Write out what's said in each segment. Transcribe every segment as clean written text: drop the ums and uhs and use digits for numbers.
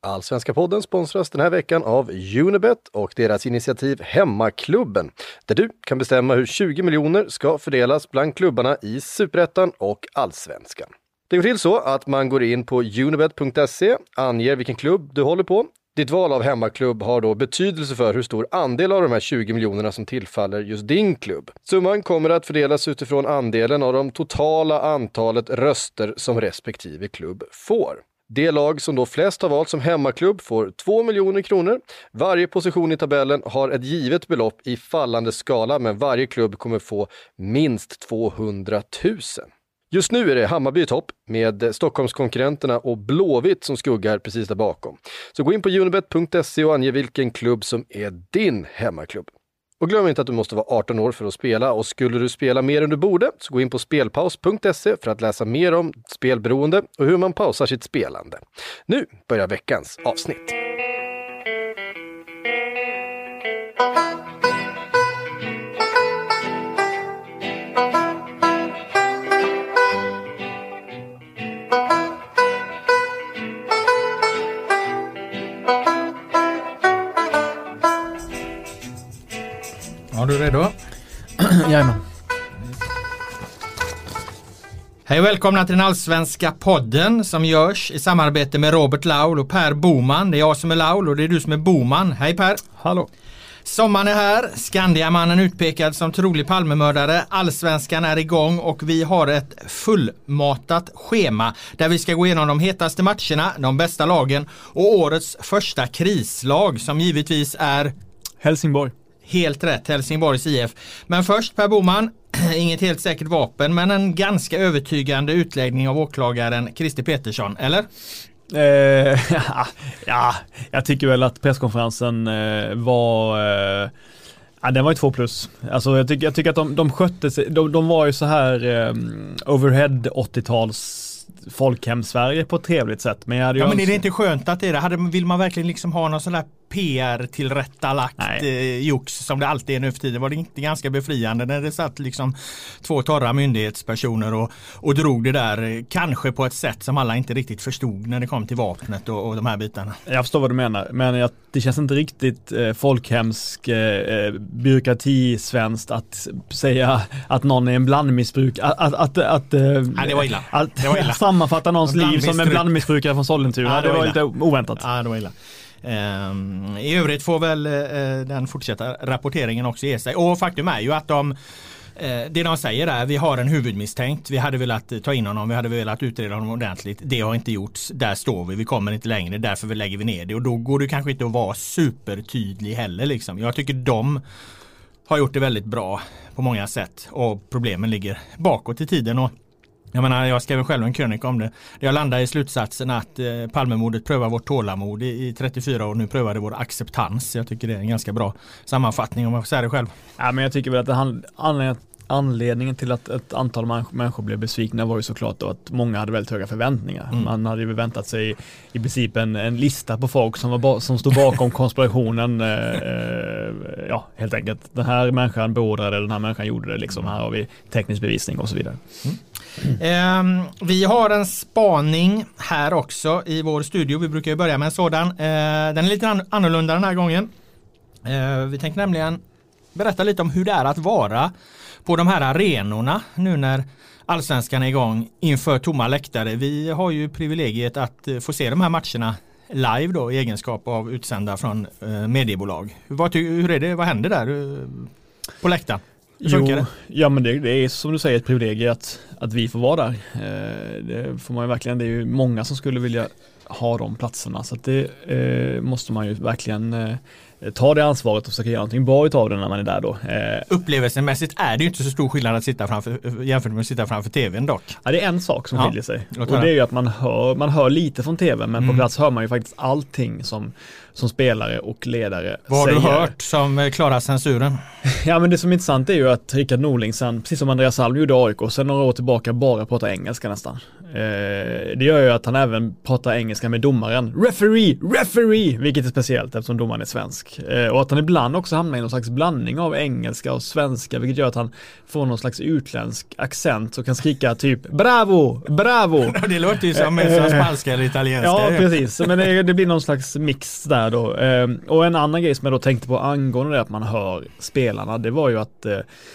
Allsvenska podden sponsras den här veckan av Unibet och deras initiativ Hemmaklubben, där du kan bestämma hur 20 miljoner ska fördelas bland klubbarna i Superettan och Allsvenskan. Det går till så att man går in på unibet.se, anger vilken klubb du håller på. Ditt val av hemmaklubb har då betydelse för hur stor andel av de här 20 miljonerna som tillfaller just din klubb. Summan kommer att fördelas utifrån andelen av de totala antalet röster som respektive klubb får. Det lag som då flest har valt som hemmaklubb får 2 miljoner kronor. Varje position i tabellen har ett givet belopp i fallande skala, men varje klubb kommer få minst 200 000. Just nu är det Hammarby i topp med Stockholmskonkurrenterna och Blåvitt som skuggar precis där bakom. Så gå in på unibet.se och ange vilken klubb som är din hemmaklubb. Och glöm inte att du måste vara 18 år för att spela, och skulle du spela mer än du borde så gå in på spelpaus.se för att läsa mer om spelberoende och hur man pausar sitt spelande. Nu börjar veckans avsnitt. Är du redo? Jajamän. Hej och välkomna till den allsvenska podden som görs i samarbete med Robert Laul och Per Boman. Det är jag som är Laul och det är du som är Boman. Hej Per! Hallå! Sommaren är här, Skandiamannen utpekad som trolig Palmemördare, allsvenskan är igång och vi har ett fullmatat schema där vi ska gå igenom de hetaste matcherna, de bästa lagen och årets första krislag som givetvis är Helsingborg. Helt rätt, Helsingborgs IF. Men först Per Boman, inget helt säkert vapen men en ganska övertygande utläggning av åklagaren Christer Petersson, eller? Ja, jag tycker väl att presskonferensen var... den var ju 2+. Alltså jag tycker att de skötte sig. De var ju så här overhead 80-tals folkhem-Sverige på ett trevligt sätt. Men men är det inte skönt att det är det? Vill man verkligen liksom ha någon sån där PR-tillrättalagt jox som det alltid är nu för tiden? Var det inte ganska befriande när det satt liksom 2 torra myndighetspersoner och drog det där kanske på ett sätt som alla inte riktigt förstod när det kom till vapnet och de här bitarna? Jag förstår vad du menar, men det känns inte riktigt folkhemsk byråkrati-svenskt att säga att någon är en blandmissbruk. Nej, det var illa. Det var illa. Sammanfatta någons liv som en blandmissbrukare från Sollentuna. Det var lite oväntat. Ja, det var illa. I övrigt får väl den fortsatta rapporteringen också ge sig. Och faktum är ju att det de säger är vi har en huvudmisstänkt. Vi hade velat ta in honom, vi hade velat utreda honom ordentligt. Det har inte gjorts. Där står vi kommer inte längre. Därför lägger vi ner det. Och då går det kanske inte att vara supertydlig heller. Liksom. Jag tycker de har gjort det väldigt bra på många sätt. Och problemen ligger bakåt i tiden. Och jag menar, jag skrev själv en krönika om det. Jag landade i slutsatsen att Palmemordet prövar vårt tålamod i 34 år. Nu prövar det vår acceptans. Jag tycker det är en ganska bra sammanfattning om man får säga det själv. Ja, men jag tycker väl att anledningen till att ett antal människor blev besvikna var ju såklart då att många hade väldigt höga förväntningar. Man hade ju väntat sig i princip en lista på folk som stod bakom konspirationen. Helt enkelt. Den här människan beordrade, den här människan gjorde det. Liksom. Här har vi teknisk bevisning och så vidare. Vi har en spaning här också i vår studio. Vi brukar ju börja med en sådan. Den är lite annorlunda den här gången. Vi tänkte nämligen berätta lite om hur det är att vara på de här arenorna nu när allsvenskan är igång inför tomma läktare. Vi har ju privilegiet att få se de här matcherna live då i egenskap av utsända från mediebolag. Hur är det? Vad händer där på läktaren? Men det är som du säger ett privilegium att vi får vara där. Det får man ju verkligen. Det är ju många som skulle vilja ha de platserna, så att det måste man ju verkligen ta det ansvaret och försöka göra någonting bra utav det när man är där då. Upplevelsemässigt är det ju inte så stor skillnad att sitta framför, jämfört med att sitta framför tvn dock. Ja, det är en sak som skiljer sig. Och det är ju att man hör lite från tv, men på plats hör man ju faktiskt allting som spelare och ledare Vad har säger. du hört som klarar censuren? Ja, men det som är intressant är ju att Rickard Norling sen, precis som Andreas Alm gjorde AIK, sen några år tillbaka bara pratar engelska nästan. Det gör ju att han även pratar engelska med domaren. Referee! Vilket är speciellt eftersom domaren är svensk. svensk. Och att han ibland också hamnar i någon slags blandning av engelska och svenska, vilket gör att han får någon slags utländsk accent och kan skrika typ bravo, bravo. Det låter ju som spanska eller italienska. Ja, precis. Men det blir någon slags mix där då. Och en annan grej som jag då tänkte på angående det att man hör spelarna, det var ju att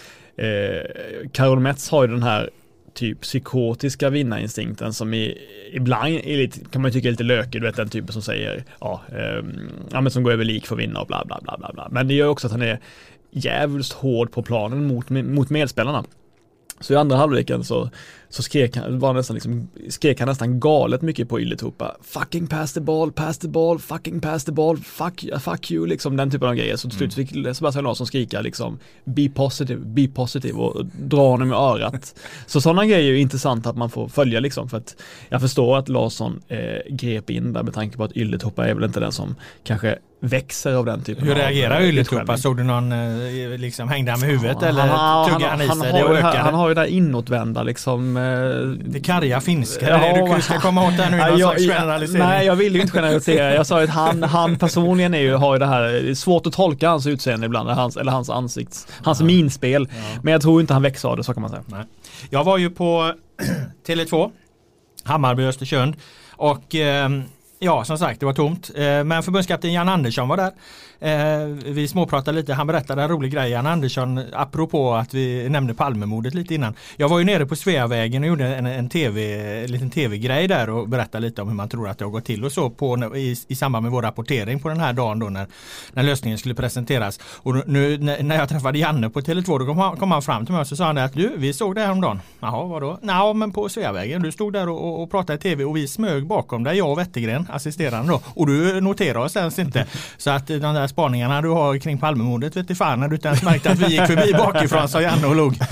Karol Metz har ju den här typ psykotiska vinnarinstinkten som ibland är lite, kan man tycka är lite lökig, du vet den typen som säger men som går över lik för att vinna och bla bla bla bla bla. Men det gör också att han är jävligt hård på planen mot medspelarna. Så i andra halvleken så skrek han nästan galet mycket på Ylätupa. Fucking pass the ball, fucking pass the ball, fuck you, liksom den typen av grejer. Så till slut fick Sebastian Larsson skrika liksom be positive och dra honom i örat. Så sådana grejer är ju intressant att man får följa liksom, för att jag förstår att Larsson grep in där med tanke på att Ylätupa är väl inte den som kanske växer av den typen. Hur reagerar Ylätupa? Såg du någon liksom hängde han med huvudet eller tuggar han i sig? Han har ju där inåtvända liksom det karga finska. Du ska komma åt det här nu i någon slags generalisering. Nej, jag vill ju inte generalisera. Jag sa att han personligen har ju det här, det är svårt att tolka hans utseende ibland, hans ansikts, hans minspel. Men jag tror inte han växer av det, så kan man säga. Nej. Jag var ju på Tele2 Hammarby Östersund och ja, som sagt, det var tomt. Men förbundskapten Jan Andersson var där. Vi småpratade lite. Han berättade en rolig grej, Jan Andersson, apropå att vi nämnde Palmemordet lite innan. Jag var ju nere på Sveavägen och gjorde en liten tv-grej där och berättade lite om hur man tror att det har gått till och så i samband med vår rapportering på den här dagen då när lösningen skulle presenteras. Och nu när jag träffade Janne på Tele2 då kom han fram till mig och så sa han att vi såg det här om dagen. Jaha, vadå? Nej, men på Sveavägen. Du stod där och pratade i tv och vi smög bakom dig, jag och Wettergren, assisterande då. Och du noterade oss ens inte. Så att de där spaningarna du har kring Palmemordet vet du fan när du inte ens märkte att vi gick förbi bakifrån, sa Janne och log.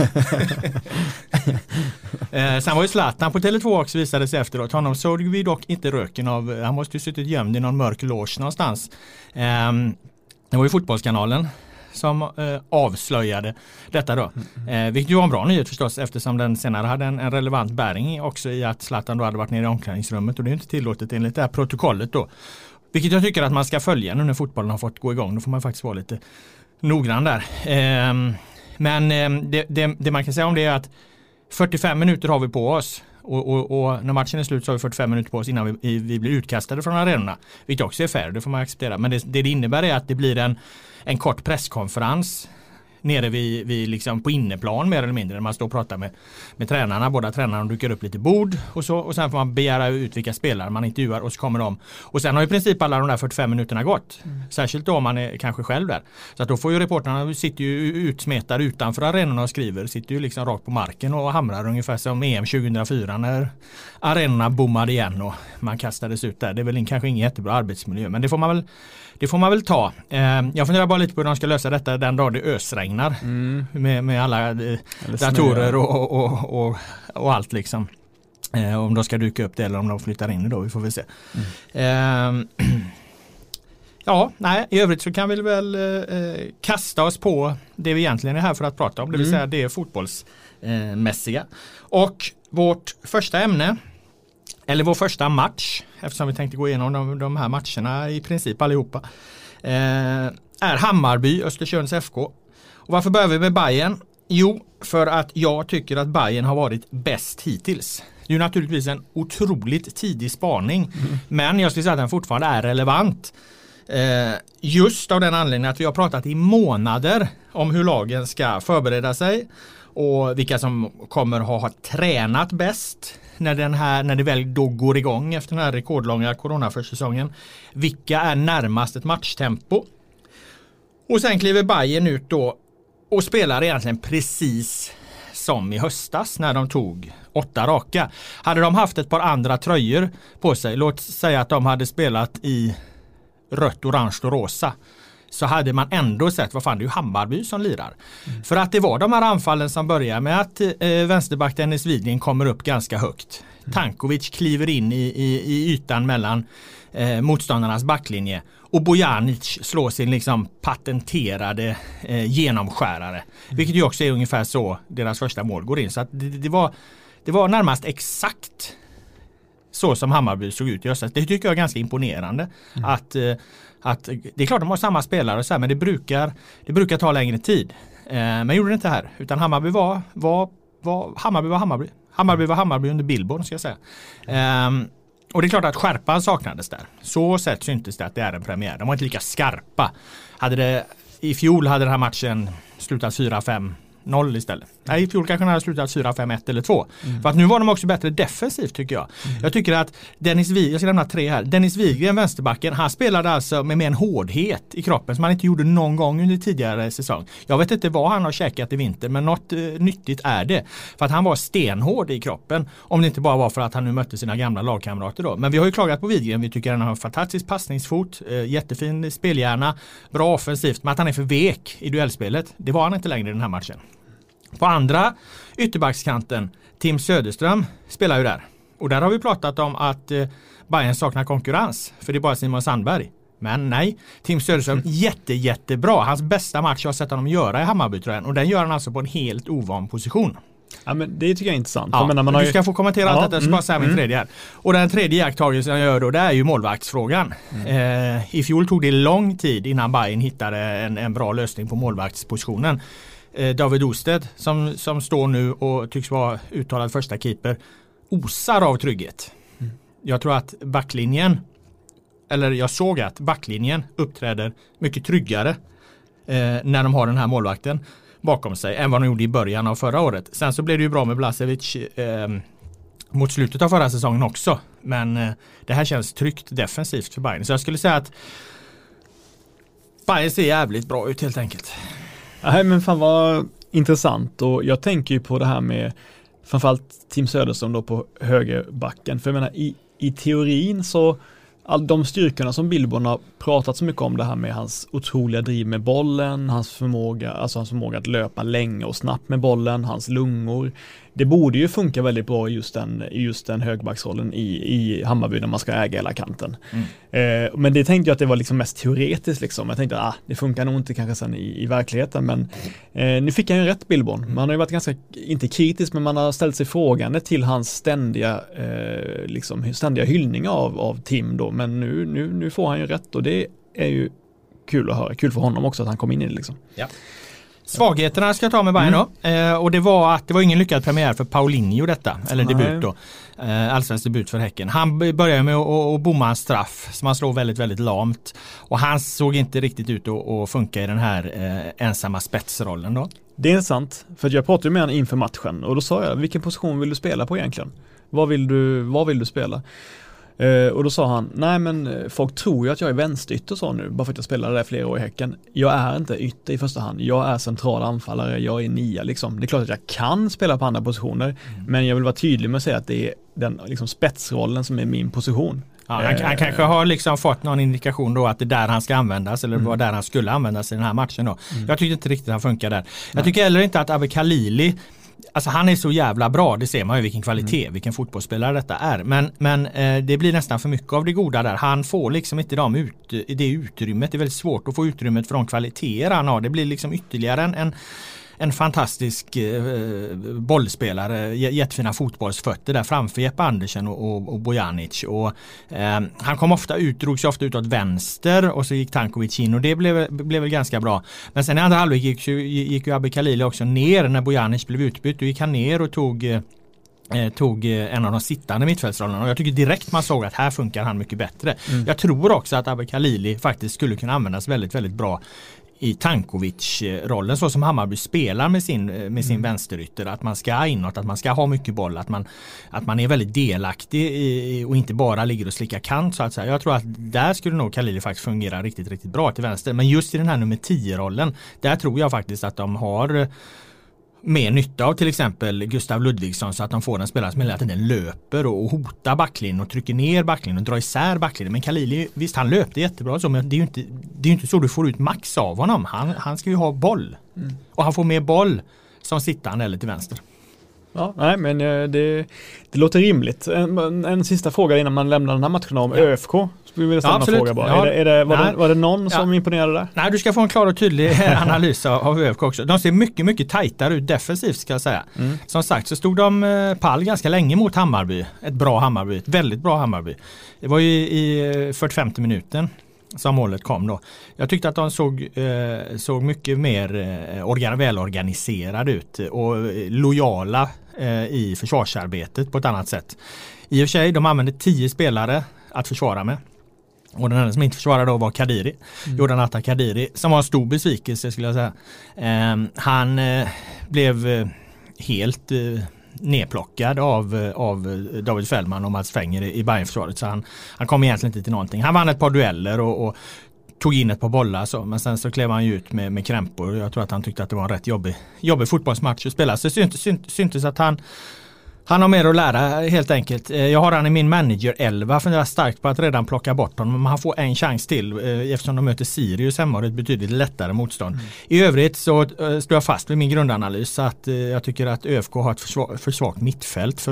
Sen var ju Zlatan på Tele2 också, visade sig efteråt. Honom såg vi dock inte röken av. Han måste ju suttit gömd i någon mörk loge någonstans. Det var ju Fotbollskanalen som avslöjade detta då. Vilket ju var en bra nyhet förstås, eftersom den senare hade en relevant bäring också i att Zlatan då hade varit nere i omklädningsrummet och det är inte tillåtet enligt det här protokollet då. Vilket jag tycker att man ska följa nu när fotbollen har fått gå igång. Då får man faktiskt vara lite noggrann där. Men det man kan säga om det är att 45 minuter har vi på oss. Och när matchen är slut så har vi 45 minuter på oss innan vi blir utkastade från arenorna. Vilket också är fair, det får man acceptera. Men det innebär är att det blir en kort presskonferens nere vid liksom på inneplan mer eller mindre, när man står och pratar med tränarna. Båda tränarna dukar upp lite bord och sen får man begära ut vilka spelare man intervjuar och så kommer de. Och sen har i princip alla de där 45 minuterna gått. Särskilt då om man är kanske själv där. Så att då får ju reportrarna, sitter ju utsmetade utanför arenorna och skriver, sitter ju liksom rakt på marken och hamrar ungefär som EM 2004 när arenorna bommade igen och man kastades ut där. Det är väl kanske ingen jättebra arbetsmiljö, men det får man väl ta. Jag funderar bara lite på hur de ska lösa detta den dag det ösregnar med alla datorer och allt liksom. Om de ska dyka upp det eller om de flyttar in det då, vi får väl se. I övrigt så kan vi väl kasta oss på det vi egentligen är här för att prata om, det vill säga det är fotbollsmässiga. Och vårt första ämne, eller vår första match, eftersom vi tänkte gå igenom de här matcherna i princip allihopa, är Hammarby Östersunds FK. Och varför börjar vi med Bayern? Jo, för att jag tycker att Bayern har varit bäst hittills. Det är ju naturligtvis en otroligt tidig spaning, men jag skulle säga att den fortfarande är relevant. Just av den anledningen att vi har pratat i månader om hur lagen ska förbereda sig och vilka som kommer ha tränat bäst när det väl då går igång efter den här rekordlånga coronaförsäsongen. Vilka är närmast ett matchtempo? Och sen kliver Bayern ut då och spelar egentligen precis som i höstas när de tog 8 raka. Hade de haft ett par andra tröjor på sig, låt säga att de hade spelat i rött, orange och rosa, så hade man ändå sett, vad fan, det är ju Hammarby som lirar. För att det var de här anfallen som börjar med att vänsterback Dennis Widgren kommer upp ganska högt. Tankovic kliver in i ytan mellan motståndarnas backlinje och Bojanic slår sin liksom patenterade genomskärare. Vilket ju också är ungefär så deras första mål går in. Så att det var närmast exakt så som Hammarby såg ut i höstas. Det tycker jag är ganska imponerande. Att det är klart de har samma spelare och så här, men det brukar ta längre tid. Men gjorde det inte här. Utan Hammarby var Hammarby. Hammarby var Hammarby under Billborn, ska jag säga. Och det är klart att skärpan saknades där. Så sett syntes det att det är en premiär. De var inte lika skarpa. I fjol hade den här matchen slutat 4-5-0 istället. Nej, i fjol kanske den hade slutat 4-5-1 eller 2. För att nu var de också bättre defensivt, tycker jag. Jag tycker att jag ska lämna 3 här. Dennis Wigren, vänsterbacken, han spelade alltså med en hårdhet i kroppen som han inte gjorde någon gång under tidigare säsong. Jag vet inte vad han har käkat i vinter, men något nyttigt är det. För att han var stenhård i kroppen. Om det inte bara var för att han nu mötte sina gamla lagkamrater då. Men vi har ju klagat på Wigren. Vi tycker att han har en fantastisk passningsfot, jättefin spelhjärna, bra offensivt, men att han är för vek i duellspelet. Det var han inte längre i den här matchen. På andra ytterbackskanten, Tim Söderström spelar ju där. Och där har vi pratat om att Bayern saknar konkurrens. För det är bara Simon Sandberg. Men nej, Tim Söderström jättebra. Hans bästa match jag har sett honom göra i Hammarby-tröjan. Och den gör han alltså på en helt ovan position. Ja, men det tycker jag är intressant. Ja, men du ska få kommentera allt detta. Jag ska bara säga min tredje här. Och den tredje iakttagelsen jag gör då, det är ju målvaktsfrågan. I fjol tog det lång tid innan Bayern hittade en bra lösning på målvaktspositionen. David Osted som står nu och tycks vara uttalad första keeper osar av trygghet. Jag tror att jag såg att backlinjen uppträder mycket tryggare när de har den här målvakten bakom sig än vad de gjorde i början av förra året. Sen så blev det ju bra med Blasevic mot slutet av förra säsongen också, men det här känns tryggt defensivt för Bayern. Så jag skulle säga att Bayern ser jävligt bra ut helt enkelt. Nej, men fan vad intressant, och jag tänker ju på det här med framförallt Tim Söderström då på högerbacken, för jag menar i teorin så all de styrkorna som Billborn har pratat så mycket om, det här med hans otroliga driv med bollen, hans förmåga att löpa länge och snabbt med bollen, hans lungor. Det borde ju funka väldigt bra i just den högbacksrollen i Hammarby när man ska äga hela kanten. Men det tänkte jag att det var liksom mest teoretiskt liksom. Jag tänkte att det funkar nog inte kanske sen i verkligheten, men nu fick han ju rätt, Billborn. Man har ju varit ganska, inte kritisk, men man har ställt sig frågande till hans ständiga hyllning av Tim då, men nu får han ju rätt, och det är ju kul att höra. Kul för honom också att han kom in i det liksom. Ja. Svagheterna ska jag ta med Bayern då. Och det var ingen lyckad premiär för Paulinho detta, eller debut då. Allsvensk debut för Häcken. Han började med att bomma en straff som han slår väldigt, väldigt lamt. Och han såg inte riktigt ut att funka i den här ensamma spetsrollen då. Det är sant, för jag pratade med honom inför matchen och då sa jag, vilken position vill du spela på egentligen? Vad vill du spela? Och då sa han, nej men folk tror ju att jag är vänsterytter så nu, bara för att jag spelade där flera år i Häcken. Jag är inte ytter i första hand, jag är central anfallare, jag är nia liksom. Det är klart att jag kan spela på andra positioner, men jag vill vara tydlig med att säga att det är den liksom spetsrollen som är min position. Ja, han kanske har liksom fått någon indikation då att det är där han ska användas, eller var där han skulle användas i den här matchen då. Jag tyckte inte riktigt han funkar där. Jag tycker heller inte att Abbe Khalili, alltså han är så jävla bra, det ser man ju vilken kvalitet, vilken fotbollsspelare detta är. Men det blir nästan för mycket av det goda där. Han får liksom inte det utrymmet. Det är väldigt svårt att få utrymmet för de kvaliteter han har. Det blir liksom ytterligare en fantastisk bollspelare, jättefina fotbollsfötter där framför Jeppe Andersen och Bojanic. Och han drogs ofta ut åt vänster, och så gick Tankovic in, och det blev väl ganska bra. Men sen i andra halvlek gick ju Abbe Khalili också ner när Bojanic blev utbytt. Då gick han ner och tog en av de sittande mittfältsrollerna, och jag tycker direkt man såg att här funkar han mycket bättre. Jag tror också att Abbe Khalili faktiskt skulle kunna användas väldigt, väldigt bra i Tankovic-rollen, så som Hammarby spelar med sin vänsterytter, att man ska inåt, att man ska ha mycket boll, att man är väldigt delaktig och inte bara ligger och slickar kant så att säga. Jag tror att där skulle nog Khalili faktiskt fungera riktigt, riktigt bra till vänster, men just i den här nummer 10-rollen, där tror jag faktiskt att de har mer nytta av till exempel Gustav Ludvigsson, så att de får en spelare som hela tiden löper och hotar backlinjen och trycker ner backlinjen och drar isär backlinjen. Men Khalili, visst han löpte jättebra så, men det är ju inte så du får ut max av honom. Han ska ju ha boll. Och han får mer boll som sittande eller till vänster. Ja, nej, men det låter rimligt. En sista fråga innan man lämnar den här matchen om ÖFK. Skulle vi vilja ställa en fråga bara. Ja. Var det någon som imponerade där? Nej, du ska få en klar och tydlig analys av ÖFK också. De ser mycket, mycket tajtare ut defensivt, ska jag säga. Som sagt så stod de pall ganska länge mot Hammarby. Ett bra Hammarby, ett väldigt bra Hammarby. Det var ju i 45 minuten som målet kom då. Jag tyckte att de såg mycket mer välorganiserade ut och lojala i försvarsarbetet på ett annat sätt. I och för sig, de använde 10 spelare att försvara med. Och den enda som inte försvarade då var Kadiri. Jordan Atta Kadiri, som var en stor besvikelse skulle jag säga. Han blev helt nedplockad av David Fällman och Mats Fenger i Bayern-försvaret. Så han kom egentligen inte till någonting. Han vann ett par dueller och tog in ett par bollar. Så. Men sen så klev han ju ut med krämpor. Jag tror att han tyckte att det var en rätt jobbig fotbollsmatch att spela. Så det syntes att han har mer att lära helt enkelt. Jag har han i min manager 11. Funderar starkt på att redan plocka bort honom. Men han får en chans till eftersom de möter Sirius hemma och det är ett betydligt lättare motstånd. I övrigt så står jag fast vid min grundanalys att jag tycker att ÖFK har ett för svagt mittfält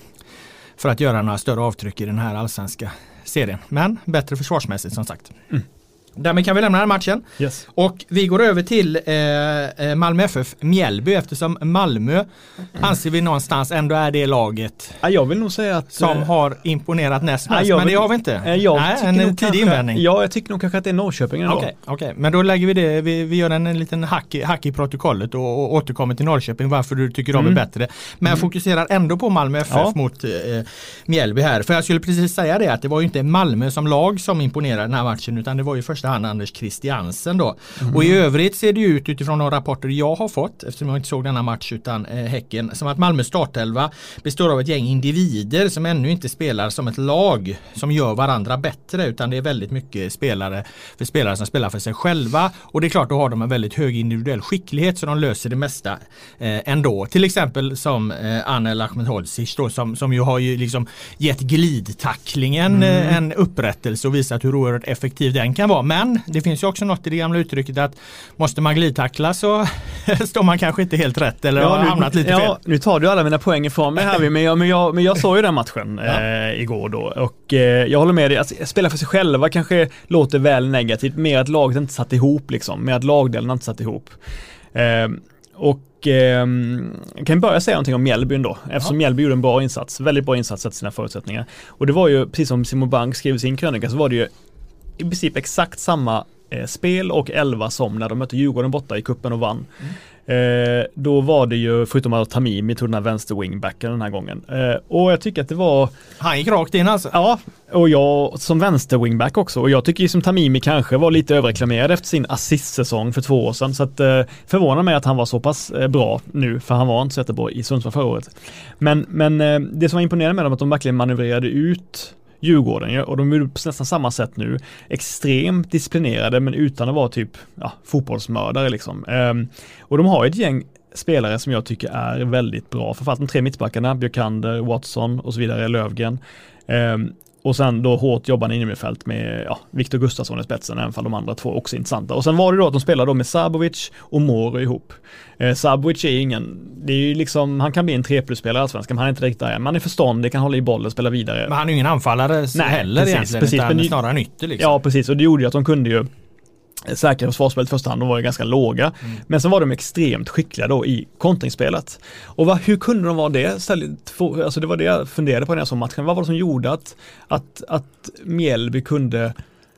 för att göra några större avtryck i den här allsvenska serien. Men bättre försvarsmässigt som sagt. Därmed kan vi lämna den här matchen. Yes. Och vi går över till Malmö FF Mjällby eftersom Malmö anser vi någonstans ändå är det laget jag vill nog säga att som har imponerat näst mest, men det har vi inte. En tidig invändning. Ja, jag tycker nog kanske att det är Norrköping ändå. Okej. Men då lägger vi det, vi gör en liten hack i protokollet och återkommer till Norrköping varför du tycker de är bättre. Men jag fokuserar ändå på Malmö FF mot Mjällby här. För jag skulle precis säga det att det var ju inte Malmö som lag som imponerade den här matchen utan det var ju första hand Anders Christiansen då. Och i övrigt ser det ut utifrån de rapporter jag har fått eftersom jag inte såg denna match utan Häcken som att Malmö startelva består av ett gäng individer som ännu inte spelar som ett lag som gör varandra bättre utan det är väldigt mycket spelare som spelar för sig själva och det är klart då har de en väldigt hög individuell skicklighet så de löser det mesta ändå. Till exempel som Anel Ahmedhodzic då som ju har ju liksom gett glidtacklingen en upprättelse och visat hur oerhört effektiv den kan vara. Men det finns ju också något i det gamla uttrycket att måste man glidtackla så står man kanske inte helt rätt eller har hamnat lite fel. Ja, nu tar du alla mina poäng ifrån mig här men jag såg ju den matchen igår då och jag håller med dig, att spela för sig själva kanske låter väl negativt, mer att laget inte satt ihop liksom, med att lagdelen inte satt ihop. Jag kan börja säga någonting om Mjällby då, eftersom Mjällby gjorde en bra insats, väldigt bra insats efter sina förutsättningar. Och det var ju, precis som Simon Bank skrev i sin krönika, så var det ju i princip exakt samma spel och 11 som när de mötte Djurgården borta i kuppen och vann. Då var det ju, förutom att Tamimi tog den här vänster wingbacken den här gången. Och jag tycker att det var... Han gick rakt in alltså. Ja, och jag som vänster wingback också. Och jag tycker ju som Tamimi kanske var lite överreklamerad efter sin assistsäsong för 2 år sedan. Så att förvånar mig att han var så pass bra nu, för han var inte så jättebra i Sundsvall förra året. Men det som var imponerande med dem att de verkligen manövrerade ut Djurgården, och de är på nästan samma sätt nu, extremt disciplinerade men utan att vara typ fotbollsmördare liksom. Och de har ett gäng spelare som jag tycker är väldigt bra, framförallt de 3 mittbackarna, Björkander, Watson och så vidare, Lövgren. Och sen då hårt jobbande innermittfält med Viktor Gustafsson i spetsen, även fall de andra 2 också intressanta. Och sen var det då att de spelade då med Sabovic och Moro ihop. Sabovic är det är ju liksom, han kan bli en 3+-spelare i Allsvenskan, men han är inte riktigt där. Man är förståndig, kan hålla i bollen och spela vidare. Men han är ju ingen anfallare heller egentligen, utan snarare en ytter liksom. Ja, precis. Och det gjorde ju att de kunde ju säkra försvarsspelet i första hand, de var ju ganska låga. Men så var de extremt skickliga då i kontringsspelet. Och hur kunde de vara det? Alltså det var det jag funderade på när jag såg matchen. Vad var det som gjorde att Mjällby kunde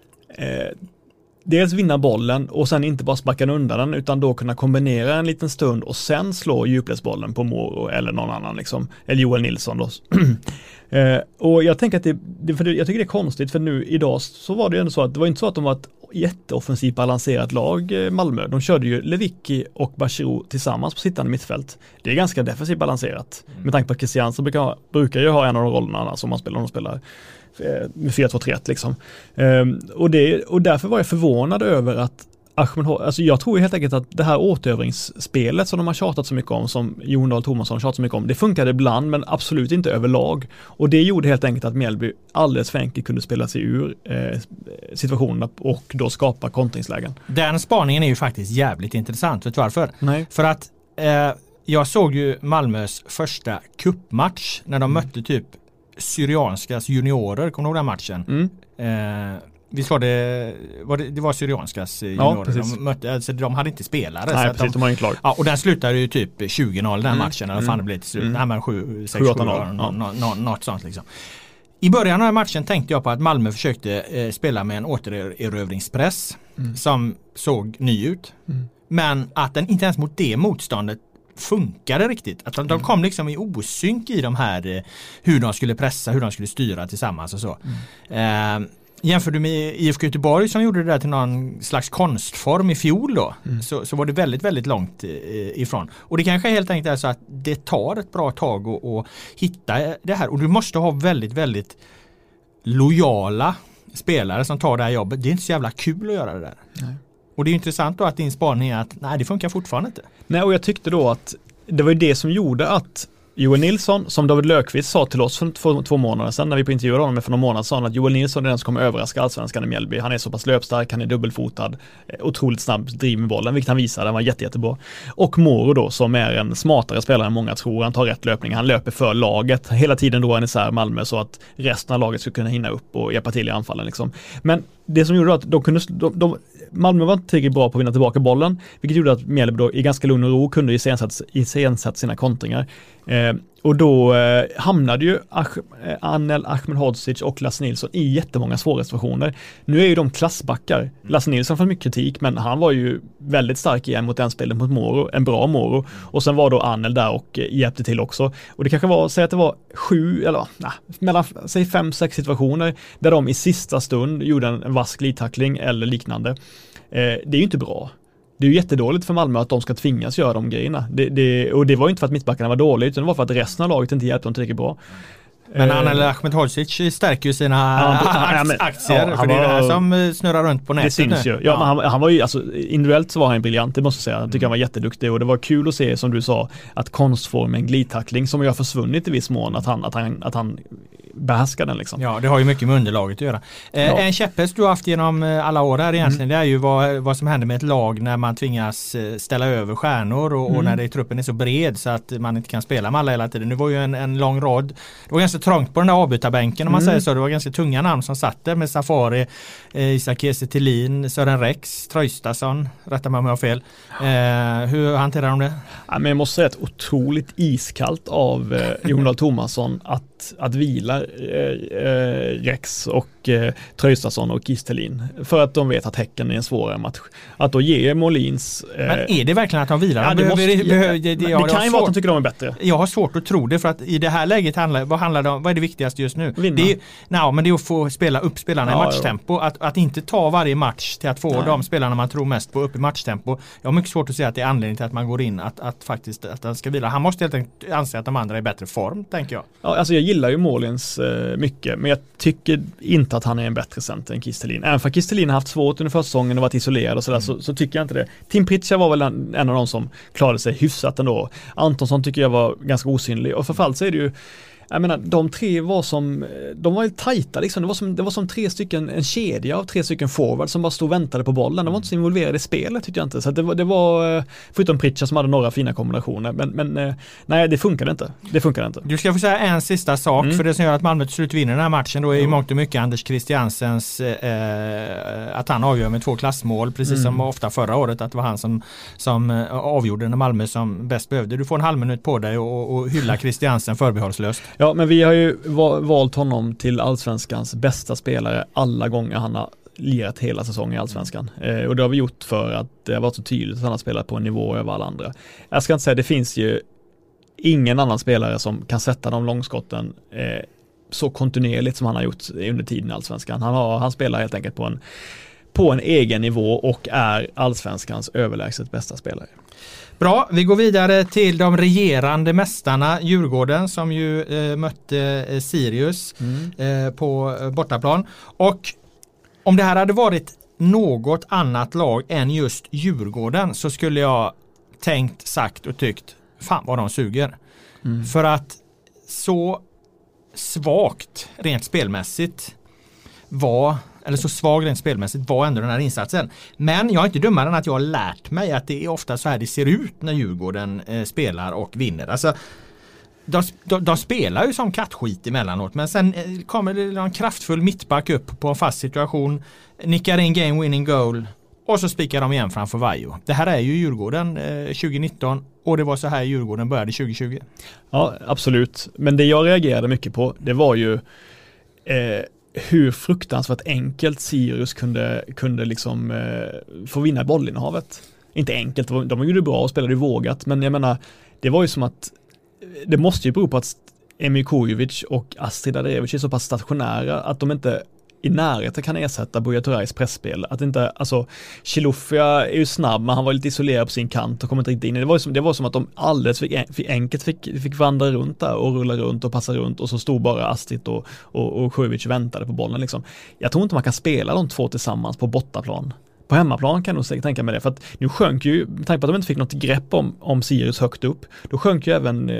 dels vinna bollen och sen inte bara sparka undan den, utan då kunna kombinera en liten stund och sen slå djupledsbollen på Moro eller någon annan liksom, eller Joel Nilsson då. Och jag tänker att jag tycker det är konstigt, för nu idag så var det ju ändå så att det var inte så att de var ett jätteoffensivt balanserat lag, Malmö. De körde ju Lewicki och Bachirou tillsammans på sittande mittfält. Det är ganska defensivt balanserat. Med tanke på att Christiansen brukar ju ha en av de rollerna som man spelar med 4-2-3-1 liksom. Och därför var jag förvånad över att alltså jag tror helt enkelt att det här återövringsspelet som de har tjatat så mycket om, som Jon Dahl Tomasson tjatat så mycket om, det funkade ibland men absolut inte överlag. Och det gjorde helt enkelt att Mjällby alldeles för enkelt kunde spela sig ur situationerna och då skapa kontringslägen. Den spaningen är ju faktiskt jävligt intressant. Vet du varför? Nej. För att jag såg ju Malmös första cupmatch när de mötte typ Syrianskas juniorer. Kommer du ihåg den matchen? Visst var det var Syrianskas juniorer. De mötte, alltså, de hade inte spelare. Nej, så precis, de har inte lag. Ja, och den slutade ju typ 20-0 den matchen. Eller fan det blev till slut. Nej, men 7-6-7 något sånt liksom. I början av matchen tänkte jag på att Malmö försökte spela med en återerövringspress som såg ny ut. Men att den inte ens mot det motståndet funkade riktigt. Att de kom liksom i osynk i de här hur de skulle pressa, hur de skulle styra tillsammans och så. Jämför du med IFK Göteborg som gjorde det där till någon slags konstform i fjol då, så var det väldigt, väldigt långt ifrån. Och det kanske helt enkelt är så att det tar ett bra tag att hitta det här. Och du måste ha väldigt, väldigt lojala spelare som tar det här jobbet. Det är inte så jävla kul att göra det där. Nej. Och det är intressant då att din spaning är att nej, det funkar fortfarande inte. Nej, och jag tyckte då att det var ju det som gjorde att Joel Nilsson, som David Löfqvist sa till oss för 2 månader sedan när vi på intervjuade honom för någon månad sedan, att Joel Nilsson är den som kommer överraska allsvenskan i Mjällby. Han är så pass löpstark, han är dubbelfotad, otroligt snabb driv med bollen, vilket han visade, han var jättebra. Och Moro då, som är en smartare spelare än många tror, han tar rätt löpning, han löper för laget, hela tiden då han isär Malmö så att resten av laget skulle kunna hinna upp och hjälpa till i anfallen liksom. Men det som gjorde att Malmö var inte tillräckligt bra på att vinna tillbaka bollen, vilket gjorde att Mjällby då i ganska lugn och ro kunde iscensätta sina kontringar. Och då hamnade ju Anel Ahmedhodzic och Lasse Nilsson i jättemånga svåra situationer. Nu är ju de klassbackar. Lasse Nilsson får mycket kritik, men han var ju väldigt stark igen mot den spelen mot Moro, en bra Moro. Och sen var då Anel där och hjälpte till också. Och det kanske var, säg att det var 7 eller mellan 5-6 situationer där de i sista stund gjorde en vass glidtackling eller liknande. Det är ju inte bra. Det är ju jättedåligt för Malmö att de ska tvingas göra de grejerna. Och det var ju inte för att mittbackarna var dåliga, utan det var för att resten av laget inte hjälpte dem tillräckligt bra. Men Anel Ahmedhodzic stärker ju sina aktier, för det är det här som snurrar runt på nätet. Det syns ju. Ja, men han var ju, alltså, individuellt så var han briljant, det måste jag säga. Jag tycker han var jätteduktig och det var kul att se, som du sa, att konstformen glidtackling som ju har försvunnit i viss mån, att han behärskar den liksom. Ja, det har ju mycket med underlaget att göra. En käpphäst du har haft genom alla år här egentligen, det är ju vad som händer med ett lag när man tvingas ställa över stjärnor och när truppen är så bred så att man inte kan spela med alla hela tiden. Nu var ju en lång rad, det var ganska trångt på den där avbytarbänken om man säger så. Det var ganska tunga namn som satt där med Safari, Isak Kiese Thelin, Sören Rex, Traustason, rätta mig om jag har fel. Hur hanterar de det? Ja, men jag måste säga att otroligt iskallt av Jon Thomasson att vila Rex och Traustason och Kiese Thelin, för att de vet att Häcken är en svårare match. Att då ge Molins... Men är det verkligen att de vilar? Ja, det kan ju vara att de tycker de är bättre. Jag har svårt att tro det, för att i det här läget vad är det viktigaste just nu? Men det är att få spela upp spelarna i matchtempo. Att inte ta varje match till att få de spelarna man tror mest på upp i matchtempo. Jag har mycket svårt att säga att det är anledning till att man går in att han ska vila. Han måste helt enkelt anse att de andra är i bättre form, tänker jag. Ja, alltså jag gillar ju Molins mycket, men jag tycker inte att han är en bättre center än Kiese Thelin. Även för Kiese Thelin har haft svårt under försäsongen och varit isolerad och sådär, så tycker jag inte det. Tim Pritchard var väl en av de som klarade sig hyfsat ändå. Antonsson tycker jag var ganska osynlig, och förfallt så är det ju, jag menar, de tre de var ju tajta liksom. Det var som 3 stycken, en kedja av 3 stycken forward som bara stod och väntade på bollen. De var inte så involverade i spelet, tycker jag inte. Så det var förutom Pritchard som hade några fina kombinationer. Men nej, det funkade inte. Du ska få säga en sista sak, för det som gör att Malmö till slut vinner den här matchen då är i mångt och mycket Anders Christiansens att han avgör med 2 klassmål, precis som ofta förra året, att det var han som avgjorde när Malmö som bäst behövde. Du får en halv minut på dig och hylla Christiansen förbehållslöst. Ja, men vi har ju valt honom till allsvenskans bästa spelare alla gånger han har lirat hela säsongen i allsvenskan. Och det har vi gjort för att det har varit så tydligt att han har spelat på en nivå över alla andra. Jag ska inte säga, det finns ju ingen annan spelare som kan sätta de långskotten så kontinuerligt som han har gjort under tiden i allsvenskan. Han spelar helt enkelt på en egen nivå och är allsvenskans överlägset bästa spelare. Bra, vi går vidare till de regerande mästarna Djurgården, som ju mötte Sirius på bortaplan. Och om det här hade varit något annat lag än just Djurgården så skulle jag sagt och tyckt, fan vad de suger. För att så svagt rent spelmässigt var eller så svag rent spelmässigt var ändå den här insatsen. Men jag är inte dummare än att jag har lärt mig att det är ofta så här det ser ut när Djurgården spelar och vinner. Alltså de spelar ju som kattskit emellanåt, men sen kommer det en kraftfull mittback upp på en fast situation, nickar in game winning goal och så spikar de igen framför Vaiho. Det här är ju Djurgården 2019 och det var så här Djurgården började 2020. Ja, absolut. Men det jag reagerade mycket på, det var ju hur fruktansvärt enkelt Sirius kunde liksom få vinna bollinnehavet. Inte enkelt, de gjorde bra och spelade vågat, men jag menar, det var ju som att det måste ju bero på att Emir Kujovic och Astrid Aderevic är så pass stationära att de inte i närheten kan ersätta Buya Turayis pressspel. Att inte, alltså, Chilufya är ju snabb, men han var lite isolerad på sin kant och kom inte riktigt in. Det var som att de alldeles för enkelt fick vandra runt där och rulla runt och passa runt, och så stod bara Astrid och Kujovic väntade på bollen liksom. Jag tror inte man kan spela de två tillsammans på bortaplan. På hemmaplan kan jag nog säkert tänka mig det, för att nu sjönk ju, med tanke på att de inte fick något grepp om Sirius högt upp, då sjönk ju även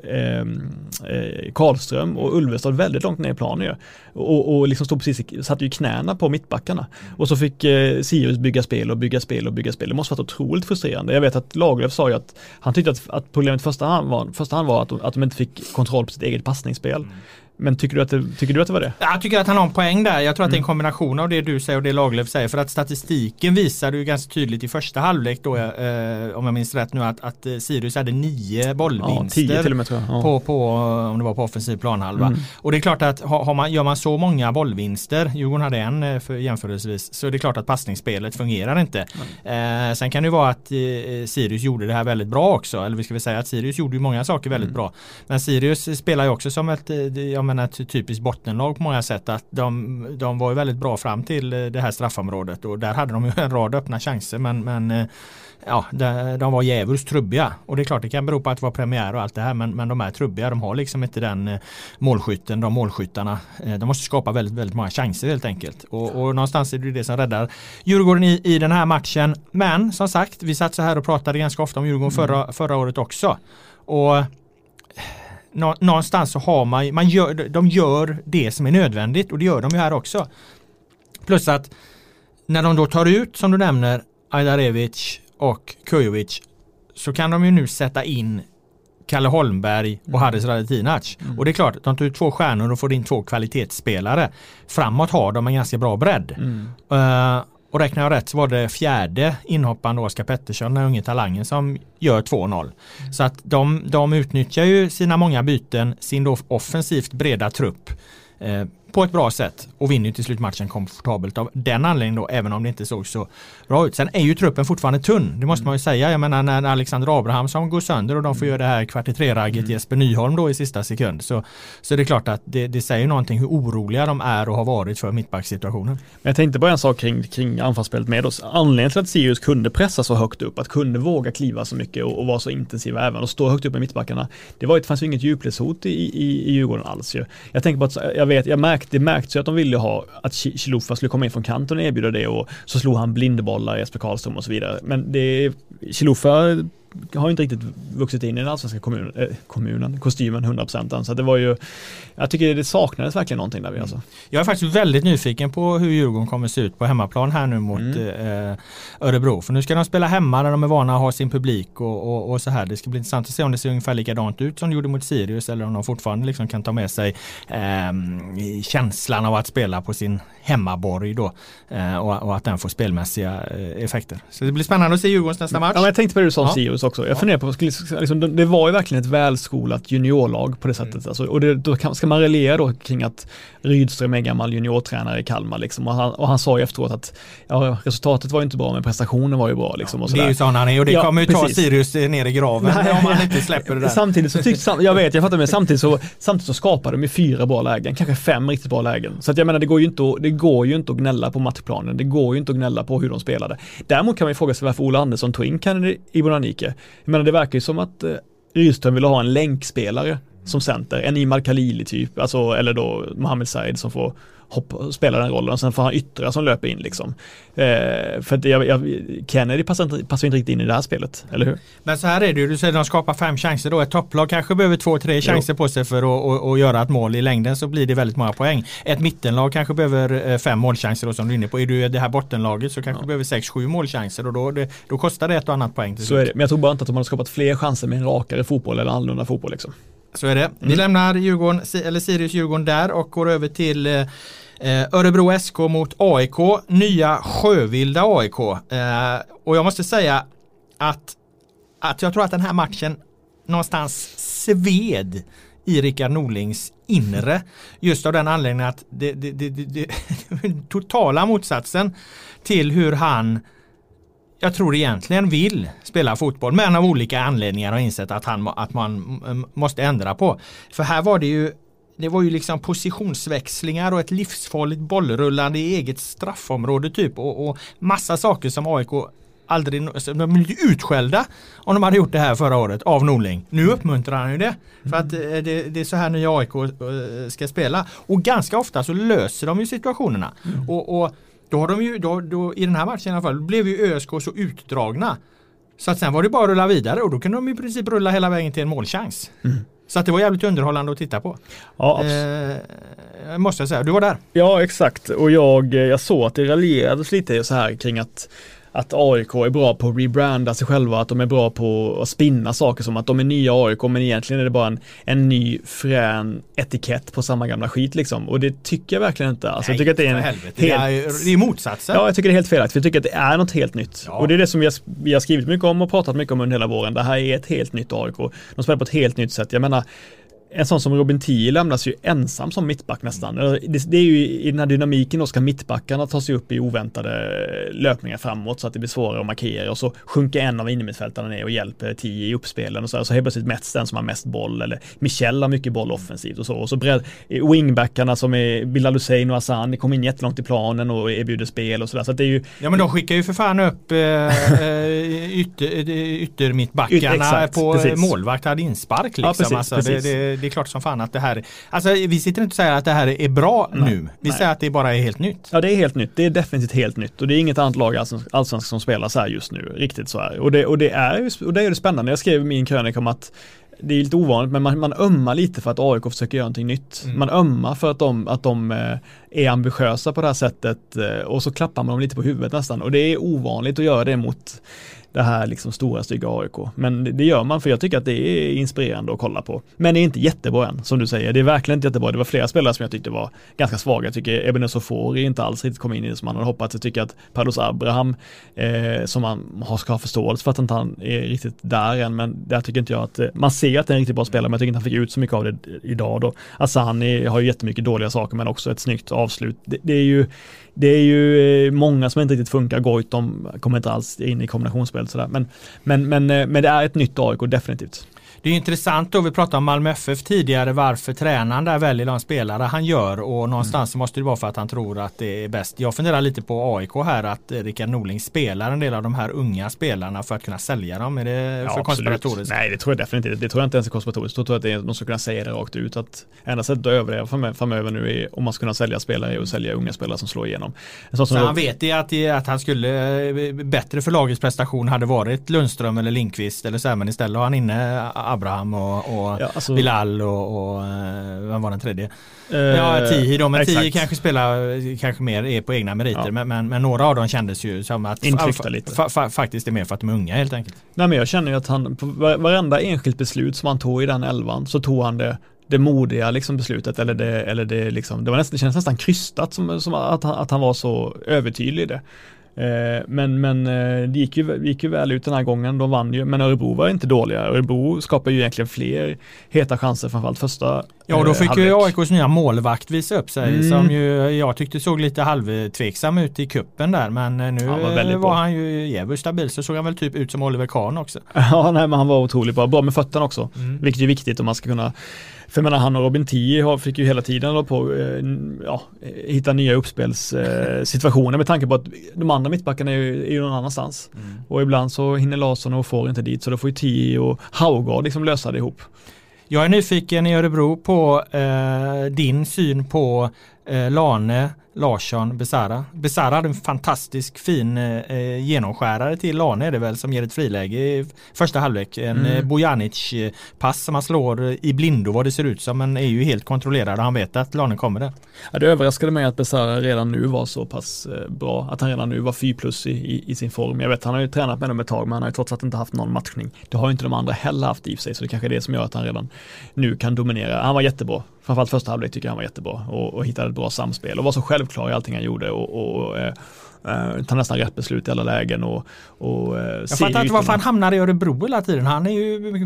Karlström och Ulvestad väldigt långt ner i planen ju. Och liksom stod precis, satt ju i knäna på mittbackarna. Och så fick Sirius bygga spel. Det måste varit otroligt frustrerande. Jag vet att Lagerlöf sa ju att han tyckte att problemet första hand var att de inte fick kontroll på sitt eget passningsspel. Men tycker du att det var det? Jag tycker att han har en poäng där. Jag tror att det är en kombination av det du säger och det Lagerlöf säger. För att statistiken visar ju ganska tydligt i första halvlek då, om jag minns rätt nu, att Sirius hade 9 bollvinster. 10 till och med, tror jag. På om det var på offensiv planhalva. Och det är klart att gör man så många bollvinster, Djurgården hade en för jämförelsevis, så är det klart att passningsspelet fungerar inte. Sen kan det ju vara att Sirius gjorde det här väldigt bra också. Eller vi ska väl säga att Sirius gjorde ju många saker väldigt bra. Men Sirius spelar ju också som ett typiskt bottenlag på många sätt, att de var ju väldigt bra fram till det här straffområdet, och där hade de ju en rad öppna chanser, men de var djävulskt trubbiga, och det är klart det kan bero på att det var premiär och allt det här, men de är trubbiga, de har liksom inte den målskyttarna, de måste skapa väldigt, väldigt många chanser helt enkelt, och någonstans är det som räddar Djurgården i den här matchen. Men som sagt, vi satt så här och pratade ganska ofta om Djurgården förra året också, och någonstans så har de gör det som är nödvändigt, och det gör de ju här också. Plus att när de då tar ut, som du nämner, Ajdarevic och Kujovic, så kan de ju nu sätta in Kalle Holmberg och Haris Radetinac. Och det är klart, de tar ut 2 stjärnor och får in 2 kvalitetsspelare. Framåt har de en ganska bra bredd. Och räknar jag rätt så var det 4:e inhoppande Oskar Pettersson, den unge talangen, som gör 2-0. Så att de utnyttjar ju sina många byten, sin då offensivt breda trupp på ett bra sätt, och vinner ju till slut matchen komfortabelt av den anledningen då, även om det inte såg så bra ut. Sen är ju truppen fortfarande tunn, det måste man ju säga. Jag menar, när Alexander Abrahamsson går sönder och de får göra det här 2:45-ragget Jesper Nyholm då i sista sekund, så är det klart att det säger någonting hur oroliga de är och har varit för mittbacksituationen. Men jag tänkte bara en sak kring anfallsspelet med oss. Anledningen till att Sirius kunde pressa så högt upp, att kunde våga kliva så mycket och vara så intensiva även och stå högt upp med mittbackarna, det var ju att det fanns ju inget djupledshot i Djurgården alls ju. Jag tänker på att det märktes ju att de ville ha att Chilufya skulle komma in från kanten och erbjuda det, och så slog han blindebollar i Jesper Karlström och så vidare. Men Chilufya har inte riktigt vuxit in i den allsvenska kostymen 100%. Så det var ju, jag tycker det saknades verkligen någonting där. Alltså. Jag är faktiskt väldigt nyfiken på hur Djurgården kommer se ut på hemmaplan här nu mot Örebro. För nu ska de spela hemma där de är vana att ha sin publik och så här. Det ska bli intressant att se om det ser ungefär likadant ut som de gjorde mot Sirius, eller om de fortfarande liksom kan ta med sig känslan av att spela på sin hemmaborg då, och att den får spelmässiga effekter. Så det blir spännande att se Djurgårdens nästa match. Ja, men jag tänkte på det du sa om Sirius också. Jag funderar på, liksom, det var ju verkligen ett välskolat juniorlag på det sättet. Alltså, och då ska man relatera då kring att Rydström är gammal juniortränare i Kalmar. Liksom, och han sa ju efteråt att resultatet var ju inte bra, men prestationen var ju bra. Liksom, och det är ju sån han är, och det kommer ju ta Sirius ner i graven om han inte släpper det där. Samtidigt så jag fattar, men samtidigt så skapade de ju 4 bra lägen, kanske 5 riktigt bra lägen. Så att jag menar, det går ju inte att gnälla på matchplanen. Det går ju inte att gnälla på hur de spelade. Däremot kan man ju fråga sig varför Ola Andersson tog in i Bonanike. Jag menar, det verkar ju som att Rydström ville ha en länkspelare som center, en Imad Khalili typ, alltså, eller då Mohamed Said som får spela den rollen och sen får han yttra som löper in liksom. För att Kennedy passar inte riktigt in i det här spelet, eller hur? Men så här är det ju, du säger att de skapar 5 chanser då. Ett topplag kanske behöver 2-3 chanser på sig för att göra ett mål. I längden så blir det väldigt många poäng. Ett mittenlag kanske behöver 5 målchanser då, som du är inne på. Är du det här bottenlaget så kanske du behöver 6-7 målchanser och då kostar det ett och annat poäng till så är det. Men jag tror bara inte att de har skapat fler chanser med en rakare fotboll eller annorlunda fotboll liksom. Så är det. Vi lämnar Sirius Djurgården där och går över till Örebro SK mot AIK. Nya sjövilda AIK. Och jag måste säga att jag tror att den här matchen någonstans sved i Rickard Norlings inre. Just av den anledningen att det totala motsatsen till hur han, jag tror egentligen vill spela fotboll, men av olika anledningar har insett att man måste ändra på. För här var det var ju liksom positionsväxlingar och ett livsfarligt bollrullande i eget straffområde typ och massa saker som AIK aldrig, de blev utskällda om de hade gjort det här förra året av Norling. Nu uppmuntrar han ju det för att det är så här nya AIK ska spela och ganska ofta så löser de ju situationerna och då har de ju då i den här matchen i alla fall blev ju ÖSK så utdragna så att sen var det bara att rulla vidare och då kunde de i princip rulla hela vägen till en målchans. Så att det var jävligt underhållande att titta på. Ja, måste jag säga. Du var där. Ja, exakt. Och jag såg att det raljerades lite så här kring att AIK är bra på att rebranda sig själva, att de är bra på att spinna saker som att de är nya AIK, men egentligen är det bara en ny frän etikett på samma gamla skit liksom. Och det tycker jag verkligen inte. Alltså, jag tycker att det är det är motsatsen. Ja, jag tycker det är helt felaktigt. För jag tycker att det är något helt nytt. Ja. Och det är det som vi har skrivit mycket om och pratat mycket om under hela våren. Det här är ett helt nytt AIK. De spelar på ett helt nytt sätt. Jag menar, en sån som Robin Tii lämnas ju ensam som mittback nästan. Det är ju i den här dynamiken då ska mittbackarna ta sig upp i oväntade löpningar framåt så att det blir svårare att markera och så sjunker en av innermittfältarna ner och hjälper Tii i uppspelen och så helt plötsligt mäts den som har mest boll eller Michel har mycket boll offensivt och så wingbackarna som är Bilal Hussein och Hassan kommer in jättelångt i planen och erbjuder spel och sådär så att det är ju... Ja men de skickar ju för fan upp yttermittbackarna på precis. Målvakt hade inspark liksom. Ja, precis, alltså, precis. Det är klart som fan att det här, alltså vi sitter inte och säger att det här är bra nu. Vi säger att det bara är helt nytt. Ja, det är helt nytt. Det är definitivt helt nytt och det är inget annat lag allsvenskan som spelar så här just nu. Riktigt så här. Och det är det spännande. Jag skrev i min krönika om att det är lite ovanligt men man ömmar lite för att AIK försöker göra någonting nytt. Man ömmar för att de är ambitiösa på det här sättet och så klappar man dem lite på huvudet nästan. Och det är ovanligt att göra det mot det här liksom stora stygga AIK. Men det gör man för jag tycker att det är inspirerande att kolla på. Men det är inte jättebra än, som du säger. Det är verkligen inte jättebra. Det var flera spelare som jag tyckte var ganska svaga. Jag tycker Ebenezer Fori inte alls riktigt kom in i det som man hade hoppats. Jag tycker att Paulus Abraham som man ska ha förståelse för att inte han är riktigt där än. Men där tycker inte jag att man ser att det är en riktigt bra spelare men jag tycker inte han fick ut så mycket av det idag då. Alltså han har ju jättemycket dåliga saker men också ett snyggt avslut. Det är ju många som inte riktigt funkar. Goitom kommer inte alls in i kombinationsspel sådär. Men det är ett nytt AIK definitivt. Det är intressant då, vi pratade om Malmö FF tidigare, varför tränaren där väljer de spelare han gör och någonstans så måste det vara för att han tror att det är bäst. Jag funderar lite på AIK här, att Rickard Norling spelar en del av de här unga spelarna för att kunna sälja dem. Är det för konspiratoriskt? Nej, det tror jag definitivt inte. Det tror jag inte ens är konspiratoriskt. Jag tror att de ska kunna säga det rakt ut att enda sättet att överleva framöver nu är om man ska kunna sälja spelare och sälja unga spelare som slår igenom. Så han vet att han skulle bättre för lagets prestation hade varit Lundström eller Lindqvist eller så här, men istället har han inne Abraham och Bilal och vem var den tredje? Tihi då, men Tihi kanske spelar mer är på egna meriter, men några av dem kändes ju som att faktiskt är mer för att de är unga helt enkelt. Nej, men jag känner ju att han på varenda enskilt beslut som han tog i den 11 så tog han det modiga liksom beslutet eller det liksom, det känns nästan krystat som att han var så övertydlig i det. Men det gick ju väl ut den här gången. De vann ju, men Örebro var inte dåliga. Örebro skapar ju egentligen fler heta chanser, framförallt första. Ja, då fick ju AIKs nya målvakt visa upp sig som ju jag tyckte såg lite halvtveksam ut i kuppen där, men nu var han ju jävligt stabil, så såg han väl typ ut som Oliver Kahn också. Ja, nej, men han var otroligt bra med fötterna också, vilket är viktigt om man ska kunna. För menar, han och Robin Tii fick ju hela tiden på hitta nya uppspelssituationer med tanke på att de andra mittbackarna är ju någon annanstans. Och ibland så hinner Larsson och får inte dit, så då får ju Tii och Haugard liksom lösa det ihop. Jag är nyfiken i Örebro på din syn på Lane, Larsson, Besara. Besara hade en fantastisk fin genomskärare till Lane är det väl som ger ett friläge i första halvlek. En Bojanic-pass som man slår i blindo vad det ser ut som, men är ju helt kontrollerad och han vet att Lane kommer där. Ja, det överraskade mig att Besara redan nu var så pass bra, att han redan nu var 4+ i sin form. Jag vet, han har ju tränat med dem ett tag, men han har ju trots allt inte haft någon matchning. Det har ju inte de andra heller haft i sig, så det kanske är det som gör att han redan nu kan dominera. Han var jättebra. Framförallt första halvlek tycker jag han var jättebra och hittade ett bra samspel och var så självklar i allting han gjorde och tar nästan rätt beslut i alla lägen och jag fattar inte varför han hamnar i Örebro hela tiden. Han är ju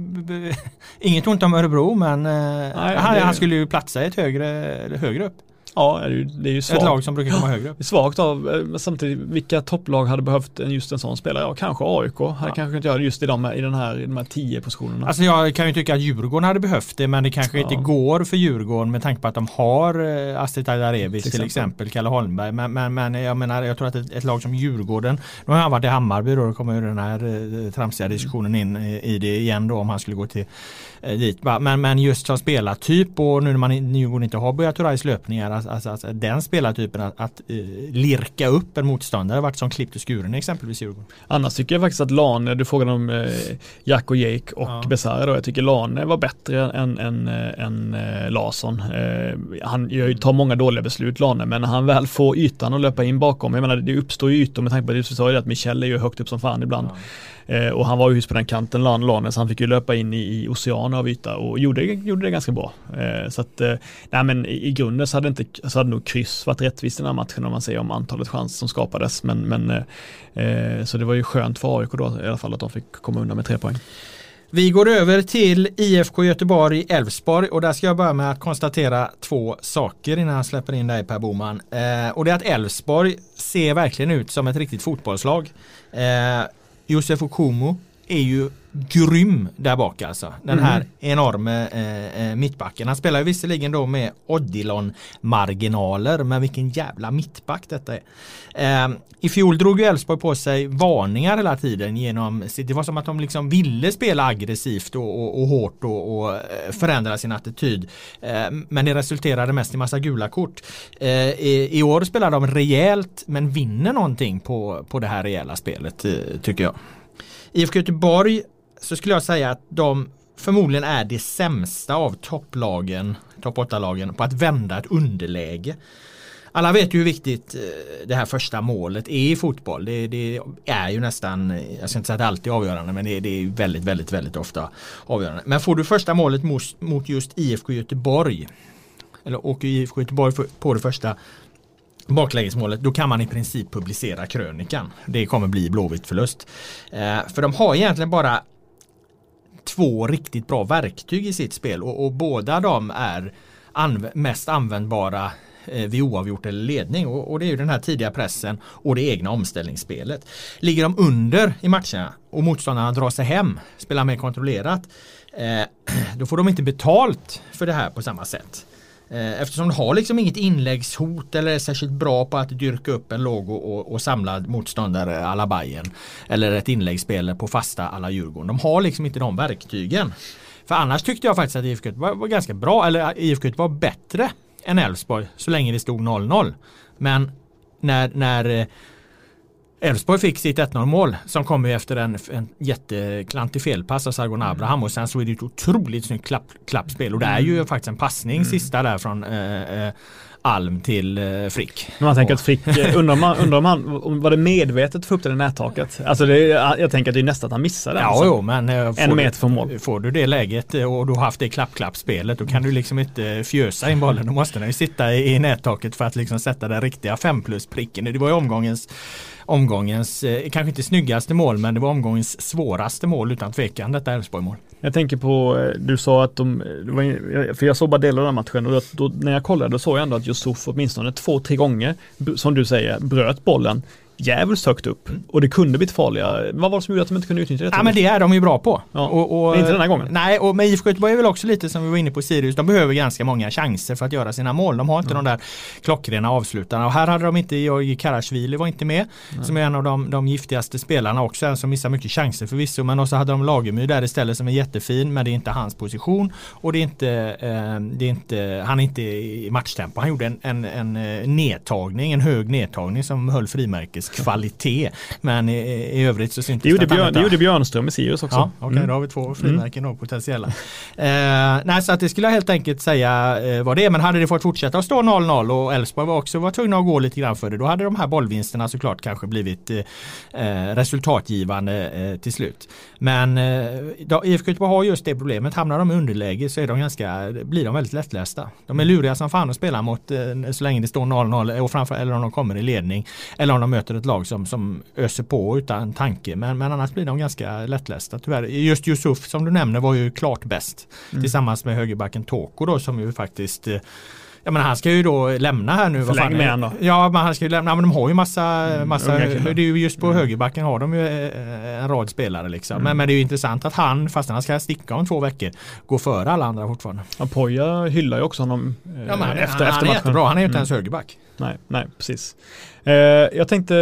inget ont om Örebro, men han skulle ju platsa ett högre upp. Ja, det är ju svagt. Ett lag som brukar komma högre upp. Svagt av, samtidigt, vilka topplag hade behövt just en sån spelare? Ja, kanske AIK hade kanske inte gjort just i de här 10 positionerna. Alltså jag kan ju tycka att Djurgården hade behövt det, men det kanske inte går för Djurgården med tanke på att de har Astrid Ajdarevic till exempel, Kalle Holmberg. Men jag menar, jag tror att ett lag som Djurgården, nu har han varit i Hammarby då, kommer ju den här tramsiga diskussionen in i det igen då om han skulle gå till dit. Men just som spelartyp, och nu när man Djurgården inte har Buya Turais löpningar, alltså den spelartypen att lirka upp en motståndare varit som klippt och skuren exempelvis i Djurgården. Annars tycker jag faktiskt att Lane, du frågade om Jack och Jake och Besara då, jag tycker Lane var bättre än Larsson. Han tar många dåliga beslut, Lane, men när han väl får ytan och löpa in bakom, jag menar det uppstår ju ytor med tanke på det du sa, att Michel är ju högt upp som fan ibland. Och han var ju just på den kanten Lane, så han fick ju löpa in i ocean av yta och gjorde det ganska bra. Så att nej, men i grunden så hade nog kryss varit rättvist i den här matchen om man säger om antalet chanser som skapades, men så det var ju skönt för AIK då i alla fall att de fick komma undan med 3 poäng. Vi går över till IFK Göteborg Elfsborg, och där ska jag börja med att konstatera 2 saker innan jag släpper in dig Per Boman. Och det är att Elfsborg ser verkligen ut som ett riktigt fotbollslag. Josef Okumu är ju grym där bak alltså. Den här enorma mittbacken. Han spelar ju visserligen då med Odilon-marginaler, men vilken jävla mittback detta är. I fjol drog ju Elfsborg på sig varningar hela tiden genom, det var som att de liksom ville spela aggressivt och hårt och förändra sin attityd. Men det resulterade mest i massa gula kort. I år spelar de rejält men vinner någonting på det här rejäla spelet, tycker jag. IFK Göteborg, så skulle jag säga att de förmodligen är det sämsta av topplagen, topp 8-lagen, på att vända ett underläge. Alla vet ju hur viktigt det här första målet är i fotboll. Det är ju nästan, jag ska inte säga att det alltid är avgörande, men det är väldigt, väldigt, väldigt ofta avgörande. Men får du första målet mot just IFK Göteborg, eller åker IFK Göteborg på det första baklägesmålet, då kan man i princip publicera krönikan. Det kommer bli Blåvitt förlust. För de har egentligen bara 2 riktigt bra verktyg i sitt spel, och båda de är mest användbara vid oavgjort eller ledning, och det är ju den här tidiga pressen och det egna omställningsspelet. Ligger de under i matcherna och motståndarna drar sig hem, spelar mer kontrollerat, då får de inte betalt för det här på samma sätt. Eftersom de har liksom inget inläggshot eller är särskilt bra på att dyrka upp en låg och samlad motståndare alla Bayern, eller ett inläggsspel på fasta alla Djurgården. De har liksom inte de verktygen. För annars tyckte jag faktiskt att IFK var ganska bra, eller IFK var bättre än Elfsborg så länge det stod 0-0. Men när Elfsborg fick sitt 1-0-mål som kom ju efter en jätteklantig felpass av Sargon Abraham, och sen så är det ett otroligt snyggt klappspel, och det är ju faktiskt en passning sista där från Alm till Frick. Men man tänker att Frick, undrar om han var det medvetet för upp till det nättaket? Alltså jag tänker att det är nästan att han missade. Ja, alltså. men en meter från mål. Får du det läget och du har haft det klappspelet, då kan du liksom inte fjösa in bollen. Då måste den ju sitta i nättaket för att liksom sätta den riktiga 5+-pricken. Det var ju omgångens kanske inte snyggaste mål, men det var omgångens svåraste mål utan tvekan, detta Elfsborg-mål. Jag tänker på, du sa att för jag såg bara delar av den matchen, och då, när jag kollade, då såg jag ändå att Yusuf åtminstone 2-3 gånger, som du säger, bröt bollen jävligt högt upp och det kunde bli farliga. Vad var det som gjorde att de inte kunde utnyttja det? Ja, men det är de ju bra på. Ja. Och inte den här gången. Nej, och med IFK Göteborg är väl också lite som vi var inne på Sirius. De behöver ganska många chanser för att göra sina mål. De har inte de där klockrena avslutarna. Och här hade de inte, Georgi Karashvili var inte med. Som är en av de giftigaste spelarna också. En som missar mycket chanser förvisso. Men också hade de Lagemyr där istället som är jättefin. Men det är inte hans position. Och det är inte han är inte i matchtempo. Han gjorde en nedtagning, en hög nedtagning som höll frimärkes kvalitet. Men i övrigt så syntes det gjorde Björnström i Sirius också. Ja, okej, då har vi 2 frimärken då potentiella. Nej, så att det skulle jag helt enkelt säga vad det är. Men hade det fått fortsätta att stå 0-0 och Elfsborg var tvungna att gå lite grann för det, då hade de här bollvinsterna såklart kanske blivit resultatgivande till slut. Men IFK Göteborg har just det problemet. Hamnar de i underläge så blir de väldigt lättlästa. De är luriga som fan att spela mot så länge det står 0-0 och framför, eller om de kommer i ledning eller om de möter ett lag som öser på utan tanke. Men annars blir de ganska lättlästa tyvärr. Just Yusuf som du nämner var ju klart bäst tillsammans med högerbacken Toko då, som ju faktiskt men han ska ju då lämna här nu. Förläng med han då. Ja, men han ska ju lämna. Men de har ju massa det är ju just på högerbacken har de ju en rad spelare liksom. Men det är ju intressant att fast han ska sticka om 2 veckor gå före alla andra fortfarande. Ja, Poja hyllar ju också honom efter han är jättebra. Han är ju inte ens högerback. Nej, precis. Jag tänkte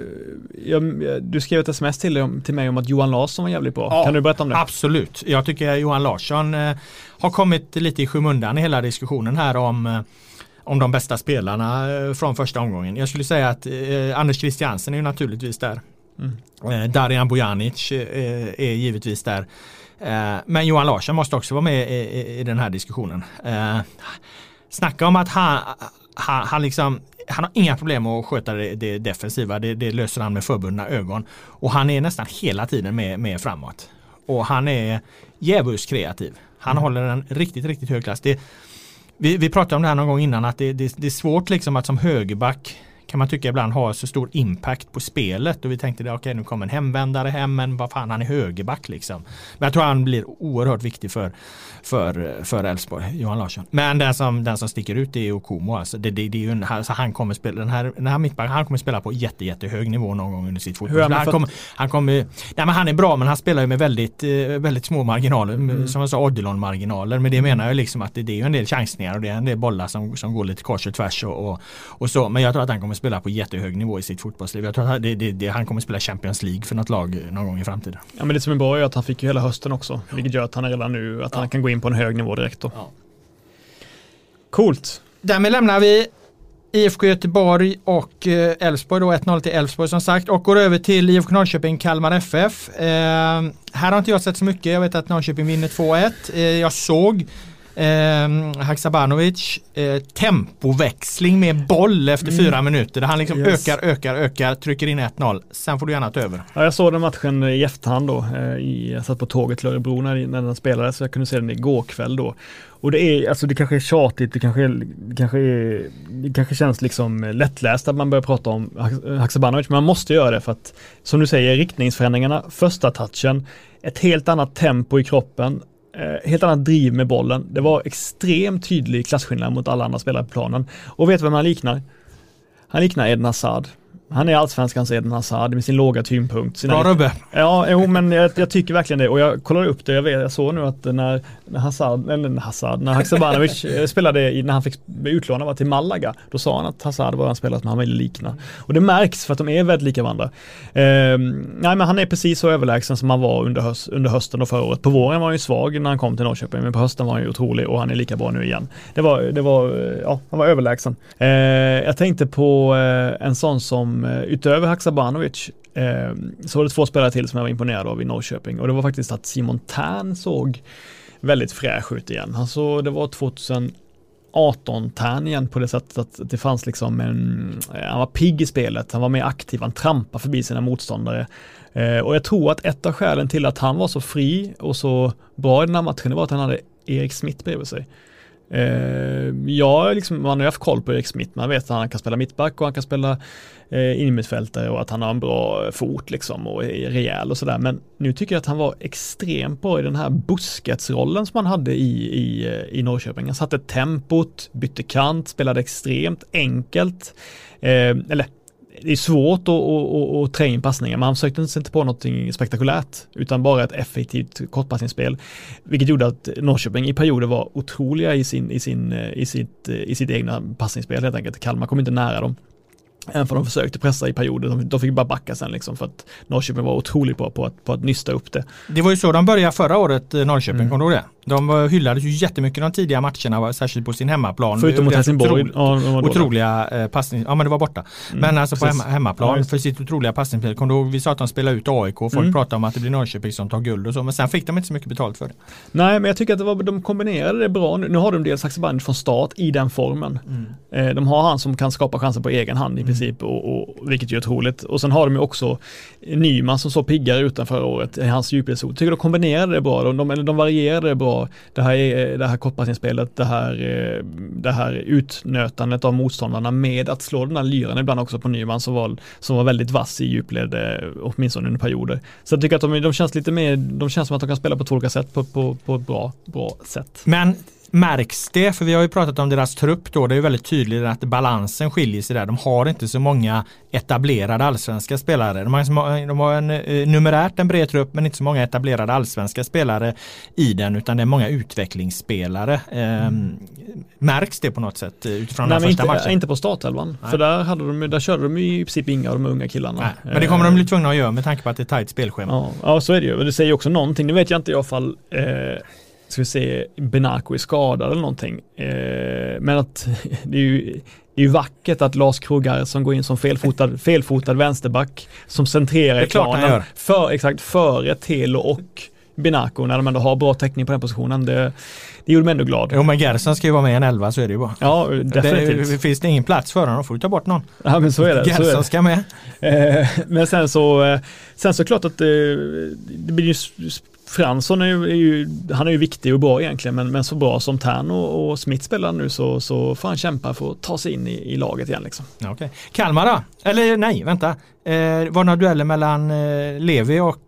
du skrev ett sms till mig om att Johan Larsson var jävligt bra. Kan du berätta om det? Absolut. Jag tycker att Johan Larsson har kommit lite i skymundan i hela diskussionen här om de bästa spelarna från första omgången. Jag skulle säga att Anders Christiansen är ju naturligtvis där. Darijan Bojanic är givetvis där. Men Johan Larsson måste också vara med i den här diskussionen. Snacka om att han liksom, han har inga problem att sköta det defensiva. Det löser han med förbundna ögon. Och han är nästan hela tiden med framåt. Och han är djävulskt kreativ. Han håller en riktigt, riktigt hög klass. Vi pratade om det här någon gång innan att det är svårt liksom att som högerback kan man tycka ibland ha så stor impact på spelet. Och vi tänkte okej, nu kommer en hemvändare hem, men vad fan, han är högerback liksom. Men jag tror han blir oerhört viktig för Elfsborg, Johan Larsson. Men den som sticker ut är Okumo. Alltså det är ju alltså han kommer spela den här mittbacken, han kommer spela på jättehög nivå någon gång under sitt fotboll. Han är bra, men han spelar ju med väldigt, väldigt små marginaler, som jag sa, Odilon-marginaler. Men det menar jag liksom att det är ju en del chansningar och det är en del bollar som går lite kors och tvärs och så. Men jag tror att han kommer spela på jättehög nivå i sitt fotbollsliv. Jag tror att han kommer spela Champions League för något lag någon gång i framtiden. Ja, men det som är bra är att han fick ju hela hösten också, vilket gör att han är redan nu, att han kan gå in på en hög nivå direkt då. Ja. Coolt. Därmed lämnar vi IFK Göteborg och Elfsborg då, 1-0 till Elfsborg som sagt, och går över till IFK Norrköping Kalmar FF. Här har inte jag sett så mycket. Jag vet att Norrköping vinner 2-1. Jag såg Haksabanovic tempoväxling med boll efter 4 minuter där han liksom ökar, trycker in 1-0. Sen får du gärna ta över. Ja, jag såg den matchen i efterhand då. Jag satt på tåget till Örebro när den spelades, så jag kunde se den igår kväll då. Och det kanske är tjatigt, det kanske känns liksom lättläst att man börjar prata om Haksabanovic, men man måste göra det för att, som du säger, riktningsförändringarna, första touchen, ett helt annat tempo i kroppen, helt annat driv med bollen. Det var extremt tydlig klasskillnad mot alla andra spelare på planen. Och vet vem han liknar? Han liknar Eden Hazard. Han är allsvenskans Eden Hazard med sin låga tyngdpunkt. Bra Rubbe. Ja, men jag tycker verkligen det. Och jag kollar upp det. Jag såg nu att när Haksabanovic spelade när han fick utlåna till Malaga, då sa han att Hazard var en spelare som han ville likna. Och det märks för att de är väldigt lika varandra. Nej, men han är precis så överlägsen som han var under hösten och förra året. På våren var han ju svag när han kom till Norrköping, men på hösten var han ju otrolig och han är lika bra nu igen. Han var överlägsen. Jag tänkte på en sån som utöver Haksabanovic så var det 2 spelare till som jag var imponerad av i Norrköping, och det var faktiskt att Simon Tern såg väldigt fräsch ut igen. Det var 2018 Tern igen på det sättet att det fanns liksom han var pigg i spelet, han var mer aktiv, han trampade förbi sina motståndare. Och jag tror att ett av skälen till att han var så fri och så bra i den här matchen var att han hade Erik Smith bredvid sig. Man har haft koll på Erik Smith, man vet att han kan spela mittback och han kan spela innermittfältare och att han har en bra fot liksom och är rejäl och sådär, men nu tycker jag att han var extremt bra i den här Busquets-rollen som han hade i Norrköping. Han satte tempot, bytte kant, spelade extremt enkelt, eller det är svårt att trä in passningar. Man försökte inte på något spektakulärt utan bara ett effektivt kortpassningsspel. Vilket gjorde att Norrköping i perioder var otroliga i sitt egna passningsspel helt enkelt. Kalmar kom inte nära dem. Även för de försökte pressa i perioder. De fick bara backa sen liksom, för att Norrköping var otroligt bra på att nysta upp det. Det var ju så de började förra året, Norrköping, kommer du ihåg det? De hyllades ju jättemycket de tidiga matcherna, särskilt på sin hemmaplan. Förutom mot Helsingborg. Otroliga passning. Ja, men det var borta. Men alltså på hemmaplan för sitt otroliga passningsspel. Kom du ihåg, vi sa att de spelade ut AIK. Folk pratade om att det blir Norrköping som tar guld och så. Men sen fick de inte så mycket betalt för det. Nej, men jag tycker att de kombinerade det bra. Nu har de dels Saxeband från start i den formen. De har han som kan skapa chanser på egen hand i princip. Och vilket är otroligt. Och sen har de ju också Nyman som så piggare utan förra året i hans djupledshot. Tycker de kombinerade det bra. De varierade det bra. Det här kortpassningsspelet, det här utnötandet av motståndarna med att slå den här lyran ibland också på Nyman som var väldigt vass i djupled åtminstone under perioder. Så jag tycker att de känns lite mer, de känns som att de kan spela på två olika sätt på ett bra sätt. Men märks det, för vi har ju pratat om deras trupp då, det är ju väldigt tydligt att balansen skiljer sig där. De har inte så många etablerade allsvenska spelare. De har numerärt en bred trupp men inte så många etablerade allsvenska spelare i den, utan det är många utvecklingsspelare. Märks det på något sätt utifrån den första matchen? Inte på startelvan. För där körde de i princip inga av de unga killarna. Nej, men det kommer de bli tvungna att göra med tanke på att det är tajt spelschema. Ja, så är det ju. Och det säger också någonting. Nu vet jag inte i alla fall ska vi se, Benako är skadad eller någonting. Men att det är ju vackert att Lars Krogar som går in som felfotad vänsterback som centrerar i planen före Telo och Benako när de ändå har bra täckning på den positionen. Det gjorde mig ändå glad. Jo, men Gerson ska ju vara med i en 11, så är det ju bara. Ja, definitivt. Finns det ingen plats för honom, då får du ta bort någon. Ja, men så är det. Gerson ska med. Men sen så klart att det blir ju Fransson han är ju viktig och bra egentligen, men så bra som Tern och Smith spelar nu så får han kämpa för att ta sig in i laget igen liksom. Ja, okay. Kalmar då? Eller nej, vänta. Var några dueller mellan Levi och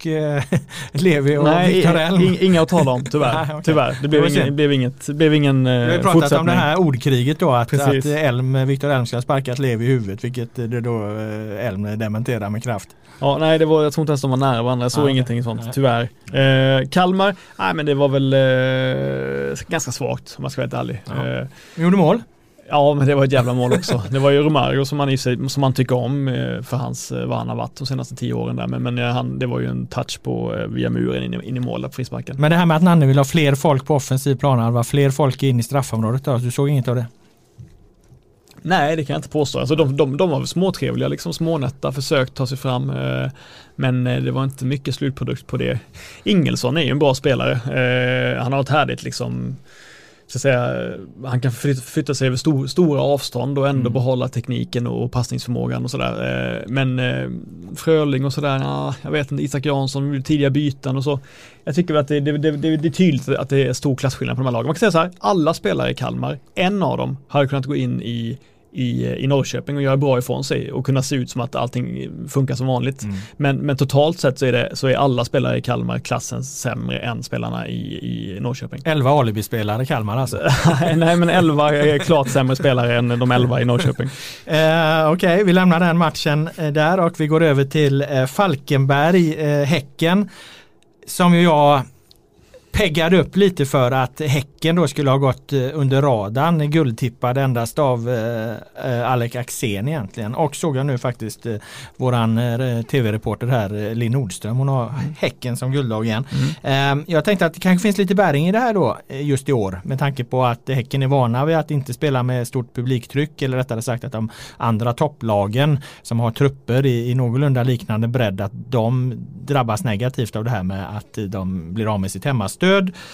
Victor Elm? Inga att tala om, tyvärr. Nej, okay. Tyvärr. Det blev ingen vi har pratat om det här ordkriget då, att Victor Elm ska ha sparkat Levi i huvudet, vilket det då Elm dementerar med kraft. Ja, nej, jag tror inte ens de var nära varandra. Jag såg ingenting sånt, tyvärr. Kalmar, nej men det var väl ganska svagt om man ska vara helt ärlig. Gjorde mål? Ja, men det var ett jävla mål också. Det var ju Romario som man tycker om för vad han har varit de senaste 10 åren där. Men det var ju en touch via muren in i mål på frisparken. Men det här med att Nanne vill ha fler folk på offensiv plan, var fler folk in i straffområdet då? Du såg inget av det? Nej, det kan jag inte påstå. Alltså de var småtrevliga, liksom smånätta, försökt ta sig fram. Men det var inte mycket slutprodukt på det. Ingelsson är ju en bra spelare. Han har ett härligt liksom, så att säga, han kan flytta sig över stora avstånd och ändå behålla tekniken och passningsförmågan och sådär. Men Fröling och sådär, jag vet inte, Isak Jansson, tidiga byten och så. Jag tycker att det är tydligt att det är stor klasskillnad på de här lagen. Man kan säga så här, alla spelare i Kalmar, en av dem hade kunnat gå in i Norrköping och göra bra ifrån sig och kunna se ut som att allting funkar som vanligt. Men totalt sett så är alla spelare i Kalmar klassen sämre än spelarna i Norrköping. 11 alibi-spelare i Kalmar alltså? Nej, men 11 är klart sämre spelare än de 11 i Norrköping. Okej, vi lämnar den matchen där och vi går över till Falkenberg, Häcken, som ju jag peggade upp lite för att Häcken då skulle ha gått under radarn, guldtippad endast av Alec Axén egentligen. Och såg jag nu faktiskt våran tv-reporter här, Linn Nordström, hon har Häcken som guldlag igen. Jag tänkte att det kanske finns lite bäring i det här då just i år, med tanke på att Häcken är vana vid att inte spela med stort publiktryck, eller rättare sagt att de andra topplagen som har trupper i någorlunda liknande bredd, att de drabbas negativt av det här med att de blir av med sitt hemmastöd.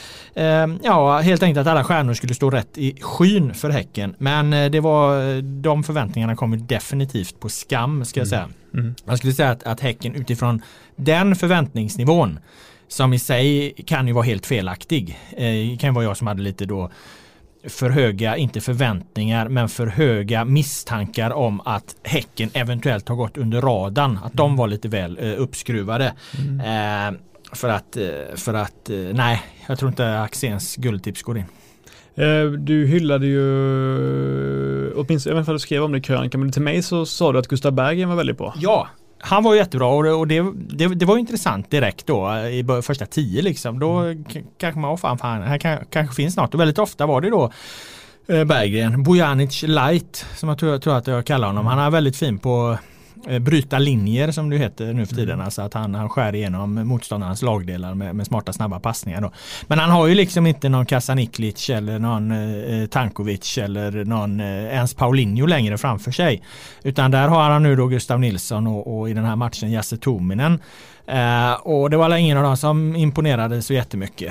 Helt enkelt att alla stjärnor skulle stå rätt i skyn för Häcken. Men de förväntningarna kommer definitivt på skam, ska jag säga. Jag skulle säga att Häcken utifrån den förväntningsnivån, som i sig kan ju vara helt felaktig. Det kan ju vara jag som hade lite då för höga, inte förväntningar, men för höga misstankar om att Häcken eventuellt har gått under radarn. Att de var lite väl uppskruvade. För att nej, jag tror inte Axéns guldtips går in. Du hyllade ju, åtminstone, jag vet inte vad du skrev om det i krönikan, men till mig så sa du att Gustav Berggren var väldigt bra. Ja, han var jättebra och det var intressant direkt då i första 10 liksom. Då kanske man här kanske finns något. Och väldigt ofta var det då Berggren, Bojanic Light som jag tror att jag kallar honom. Han är väldigt fin på bryta linjer som det heter nu för tiden. Alltså att han skär igenom motståndarnas lagdelar med smarta snabba passningar då. Men han har ju liksom inte någon Kasaniklic eller någon Tankovic eller någon ens Paulinho längre framför sig. Utan där har han nu då Gustav Nilsson och i den här matchen Jasse Tominen. Och det var ingen av dem som imponerade så jättemycket.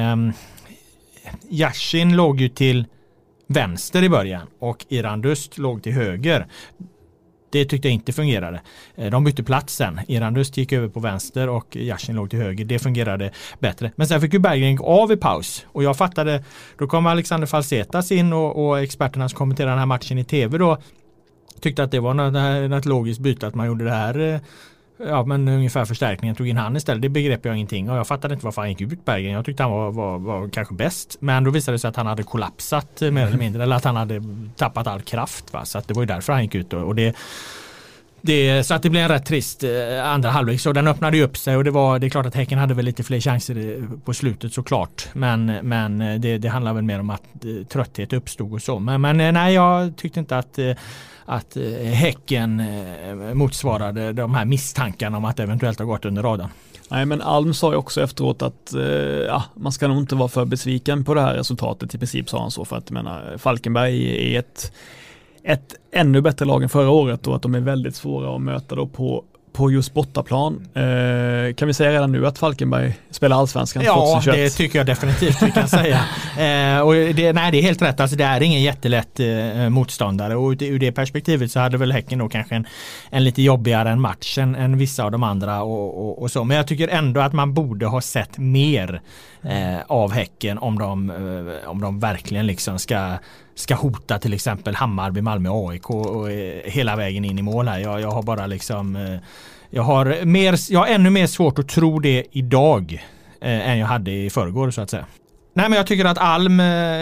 Yashin låg ju till vänster i början och Irandust låg till höger. Det tyckte jag inte fungerade. De bytte platsen. Irandust gick över på vänster och Yashin låg till höger. Det fungerade bättre. Men sen fick ju Berggren av i paus. Och jag fattade, då kom Alexander Falsetas in och experterna som kommenterade den här matchen i tv då tyckte att det var något logiskt byte att man gjorde det här. Ja, men ungefär förstärkningen tog in han istället. Det begrep jag ingenting och jag fattade inte varför han gick ut Berggren. Jag tyckte han var kanske bäst. Men då visade det sig att han hade kollapsat mer eller mindre. Eller att han hade tappat all kraft. Va? Så att det var ju därför han gick ut. Och så att det blev en rätt trist andra halvlek. Så den öppnade ju upp sig och det är klart att Häcken hade väl lite fler chanser på slutet såklart. Men det handlar väl mer om att trötthet uppstod och så. Men nej, jag tyckte inte att Häcken motsvarade de här misstankarna om att det eventuellt har gått under radarn. Nej, men Alm sa ju också efteråt att man ska nog inte vara för besviken på det här resultatet. I princip sa han så, för att Falkenberg är ett ännu bättre lag än förra året och att de är väldigt svåra att möta då på just bortaplan. Kan vi säga redan nu att Falkenberg spelar allsvenskan 2021? Ja, det tycker jag definitivt vi kan säga. Och det är helt rätt. Alltså, det är ingen jättelätt motståndare och ur det perspektivet så hade väl Häcken då kanske en lite jobbigare en match än vissa av de andra och så. Men jag tycker ändå att man borde ha sett mer av Häcken om de verkligen liksom ska hota till exempel Hammarby, Malmö, AIK och hela vägen in i mål här. Jag har bara liksom jag har ännu mer svårt att tro det idag än jag hade i förrgår så att säga. Nej, men jag tycker att Alm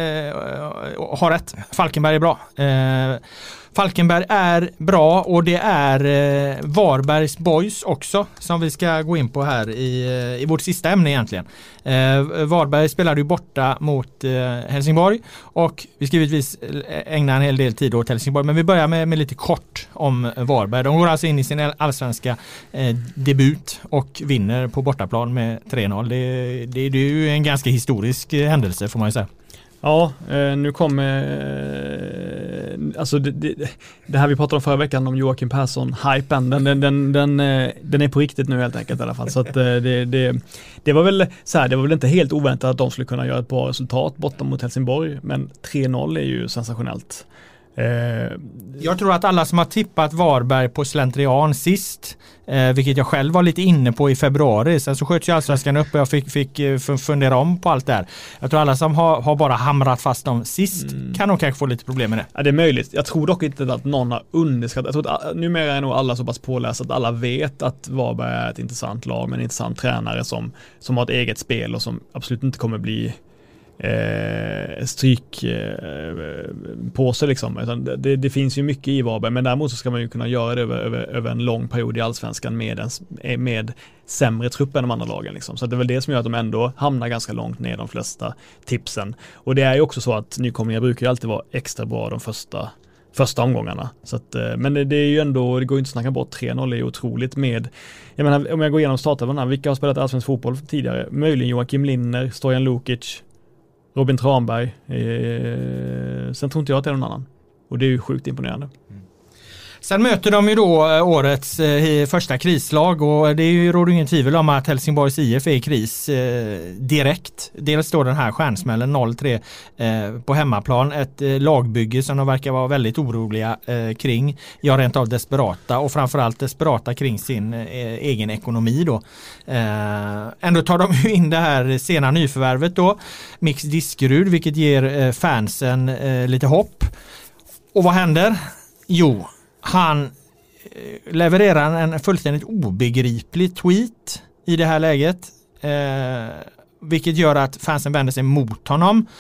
har rätt. Falkenberg är bra. Falkenberg är bra och det är Varbergs Boys också som vi ska gå in på här i vårt sista ämne egentligen. Varberg spelade ju borta mot Helsingborg och vi ska givetvis ägna en hel del tid åt Helsingborg, men vi börjar med lite kort om Varberg. De går alltså in i sin allsvenska debut och vinner på bortaplan med 3-0. Det är ju en ganska historisk händelse får man ju säga. Ja, nu kommer alltså det här vi pratade om förra veckan om Joakim Persson-hypen, den är på riktigt nu helt enkelt i alla fall. Så att det var väl inte helt oväntat att de skulle kunna göra ett bra resultat borta mot Helsingborg, men 3-0 är ju sensationellt. Jag tror att alla som har tippat Varberg på slentrian sist, vilket jag själv var lite inne på i februari, sen så sköts ju allsvenskan upp och jag fick fundera om på allt det här. Jag tror alla som har bara hamrat fast dem sist kan nog kanske få lite problem med det. Ja, det är möjligt. Jag tror dock inte att någon har underskattat. Jag tror att numera är nog alla så pass pålästa att alla vet att Varberg är ett intressant lag med en intressant tränare som har ett eget spel och som absolut inte kommer bli stryk på sig liksom. Det finns ju mycket i Varberg, men däremot så ska man ju kunna göra det över en lång period i allsvenskan med sämre trupp än de andra lagen liksom. Så det är väl det som gör att de ändå hamnar ganska långt ner de flesta tipsen. Och det är ju också så att nykomlingar brukar ju alltid vara extra bra de första omgångarna. Så att, men det är ju ändå, det går ju inte att snacka bort. 3-0 är ju otroligt med, jag menar, om jag går igenom startelvan, vilka har spelat allsvensk fotboll tidigare? Möjligen Joakim Linner, Stojan Lukic, Robin Tranberg, sen tror inte jag att det är någon annan. Och det är ju sjukt imponerande. Sen möter de ju då årets första krislag och det är ju råder ingen tvivel om att Helsingborgs IF är i kris direkt. Dels står den här stjärnsmällen 0-3 på hemmaplan. Ett lagbygge som de verkar vara väldigt oroliga kring. Ja, rent av desperata och framförallt desperata kring sin egen ekonomi då. Ändå tar de ju in det här sena nyförvärvet då. Mix Diskerud, vilket ger fansen lite hopp. Och vad händer? Jo, han levererar en fullständigt obegriplig tweet i det här läget, vilket gör att fansen vänder sig mot honom.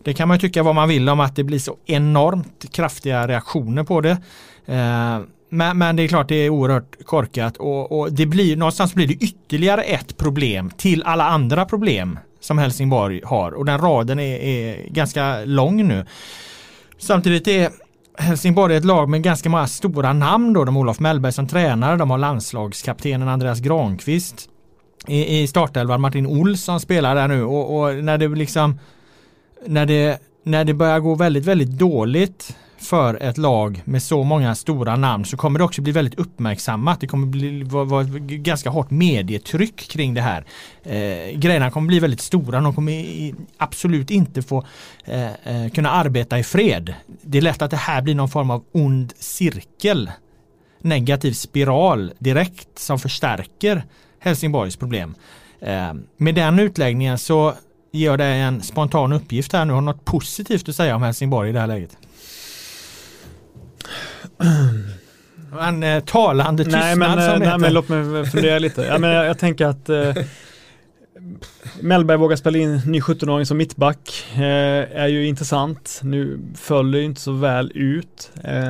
Det kan man tycka vad man vill om, att det blir så enormt kraftiga reaktioner på det. Men det är klart det är oerhört korkat och det blir, någonstans blir det ytterligare ett problem till alla andra problem som Helsingborg har, och den raden är ganska lång nu. Samtidigt är Helsingborg ett lag med ganska många stora namn då. De har Olof Mellberg som tränare, de har landslagskaptenen Andreas Granqvist i startelvan, Martin Olsson spelar där nu, och när det liksom när det börjar gå väldigt, väldigt dåligt för ett lag med så många stora namn, så kommer det också bli väldigt uppmärksammat. Det kommer vara ganska hårt medietryck kring det här. Grejerna kommer bli väldigt stora. De kommer absolut inte få kunna arbeta i fred. Det är lätt att det här blir någon form av ond cirkel, negativ spiral direkt, som förstärker Helsingborgs problem. Med den utläggningen så gör det en spontan uppgift här nu. Har något positivt att säga om Helsingborg i det här läget? En talande tystnad. Men låt mig fundera lite. Jag tänker att Mellberg vågar spela in ny 17-åring som mittback är ju intressant. Nu följer inte så väl ut.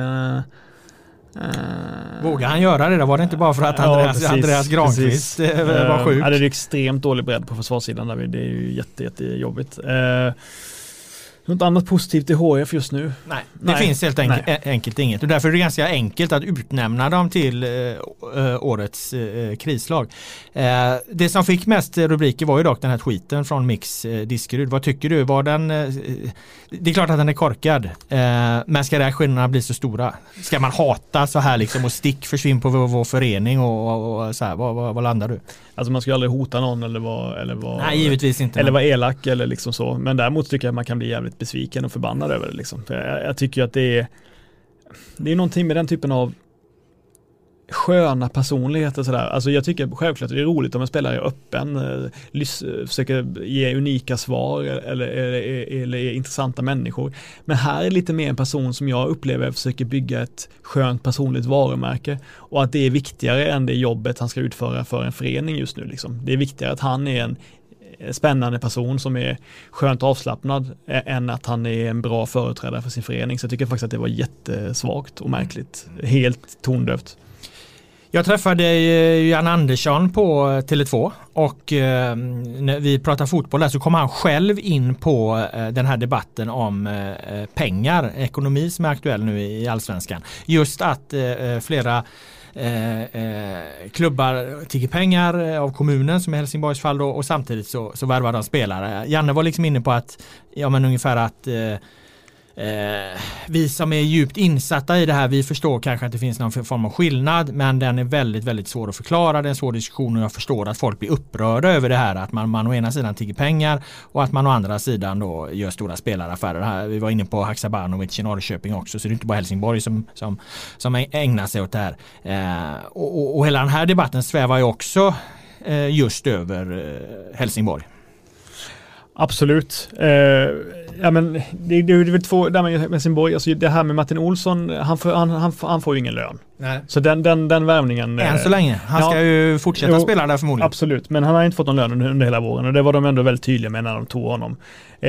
Vågar han göra det? Var det inte bara för att Andreas Granqvist var sjuk? Det är extremt dålig bredd på försvarssidan där. Det är ju jättejobbigt. Något annat positivt i HF just nu? Nej, det finns helt enkelt inget. Och därför är det ganska enkelt att utnämna dem till årets krislag. Det som fick mest rubriker var ju dock den här tweeten från Mix Diskerud. Vad tycker du? Det är klart att den är korkad. Men ska reaktionerna bli så stora? Ska man hata så här liksom och försvinn på vår förening och så här? Vad landar du? Alltså man ska ju aldrig hota någon eller vara nej, givetvis inte. Eller vara elak eller liksom så. Men däremot tycker jag att man kan bli jävligt besviken och förbannad över det liksom. För jag tycker att det är någonting med den typen av sköna personligheter sådär. Alltså jag tycker självklart att det är roligt om en spelare är öppen, försöker ge unika svar eller är intressanta människor. Men här är lite mer en person som jag upplever försöker bygga ett skönt personligt varumärke, och att det är viktigare än det jobbet han ska utföra för en förening just nu liksom. Det är viktigare att han är en spännande person som är skönt avslappnad än att han är en bra företrädare för sin förening. Så jag tycker faktiskt att det var jättesvagt och märkligt. Helt tondövt. Jag träffade Jan Andersson på Tele2 och när vi pratar fotboll där så kom han själv in på den här debatten om pengar, ekonomi som är aktuell nu i Allsvenskan. Just att flera klubbar tigger pengar av kommunen, som i Helsingborgs fall då, och samtidigt så värvar de spelare. Janne var liksom inne på att ungefär att vi som är djupt insatta i det här, vi förstår kanske att det finns någon form av skillnad, men den är väldigt, väldigt svår att förklara. Det är en svår diskussion och jag förstår att folk blir upprörda över det här, att man å ena sidan tigger pengar och att man å andra sidan då gör stora spelaraffärer. Här, vi var inne på Haksabanovic i Norrköping också, så det är inte bara Helsingborg som ägnar sig åt det här. Och hela den här debatten svävar ju också just över Helsingborg. Absolut. Men det är väl två där med Helsingborg, alltså det här med Martin Olsson, han får ju ingen lön. Nej. Så den värvningen än så länge. Han ska ju fortsätta spela där förmodligen. Absolut, men han har inte fått någon lön under hela våren, och det var de ändå väldigt tydliga med när de tog honom.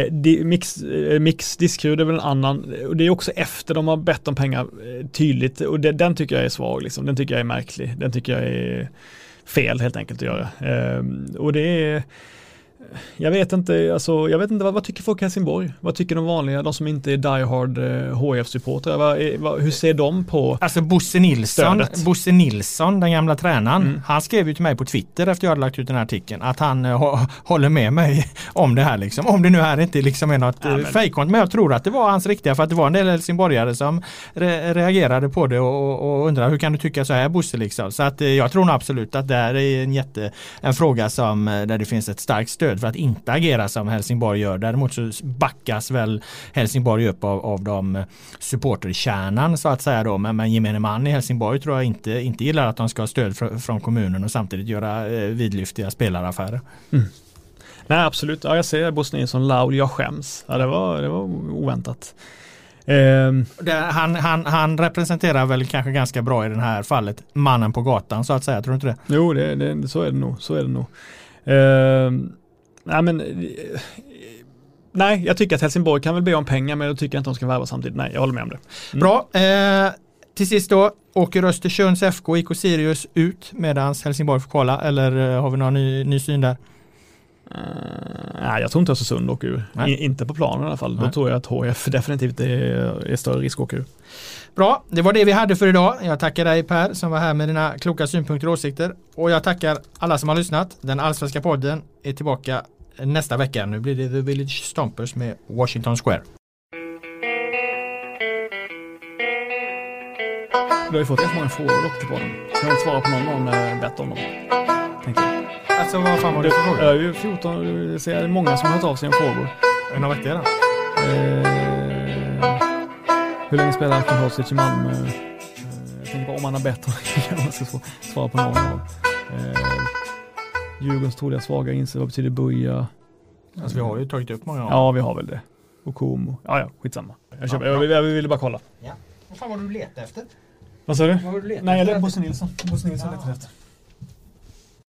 Mix Diskerud är väl en annan, och det är också efter de har bett om pengar tydligt, och den tycker jag är svag liksom. Den tycker jag är märklig. Den tycker jag är fel helt enkelt att göra. Och det är jag vet inte vad tycker folk i Helsingborg? Vad tycker de vanliga, de som inte är diehard HF-supportrar? Hur ser de på Bosse Nilsson, den gamla tränaren, han skrev ju till mig på Twitter efter jag hade lagt ut den här artikeln att han håller med mig om det här liksom. Om det nu här inte liksom är något fejkont, men jag tror att det var hans riktiga, för att det var en del helsingborgare som reagerade på det och undrar hur kan du tycka så här, Bosse liksom. Så att jag tror nog absolut att det här är en fråga som där det finns ett starkt stöd för att inte agera som Helsingborg gör. Däremot så backas väl Helsingborg upp av de supporterkärnan så att säga då. Men gemene man i Helsingborg tror jag inte gillar att de ska ha stöd från kommunen och samtidigt göra vidlyftiga spelaraffärer. Nej, absolut. Ja, jag ser Bosse Nilsson Laul, jag skäms. Ja, det var oväntat. Han representerar väl kanske ganska bra i det här fallet mannen på gatan så att säga, tror du inte det? Jo, så är det nog. Nej, men Nej, jag tycker att Helsingborg kan väl be om pengar, men jag tycker inte att de ska värva samtidigt. Nej, jag håller med om det. Bra. Till sist då, åker Östersunds FK, IK Sirius ut medans Helsingborg får kvala, eller har vi någon ny syn där? Nej, jag tror inte Östersund åker ur. Inte på planen i alla fall. Då tror jag att HF definitivt är större risk att åka ur. Bra, det var det vi hade för idag. Jag tackar dig Per som var här med dina kloka synpunkter och åsikter. Och jag tackar alla som har lyssnat. Den allsvenska podden är tillbaka nästa vecka. Nu blir det The Village Stompers med Washington Square. Du har ju fått ganska många frågor dock till podden. Kan jag inte svara på någon bett om dem? Tänkte jag. Alltså vad fan var det för frågor? Jag är ju 14, det är många som har tagit av sig en frågor. Är det några veckor då? Hur länge spelar Konrasic i Malmö? Jag tänker bara om han har bett om jag ska svara på någon av. Djurgårdens troliga svaga inser vad betyder buja? Alltså vi har ju tagit upp många. Ja, vi har väl det. Och Komo. Ja, skitsamma. Jag ville bara kolla. Ja. Vad fan var du letade efter? Vad sa du? Vad var du letade Nej, jag efter? letade Bosse Nilsson. Bosse Nilsson letade efter.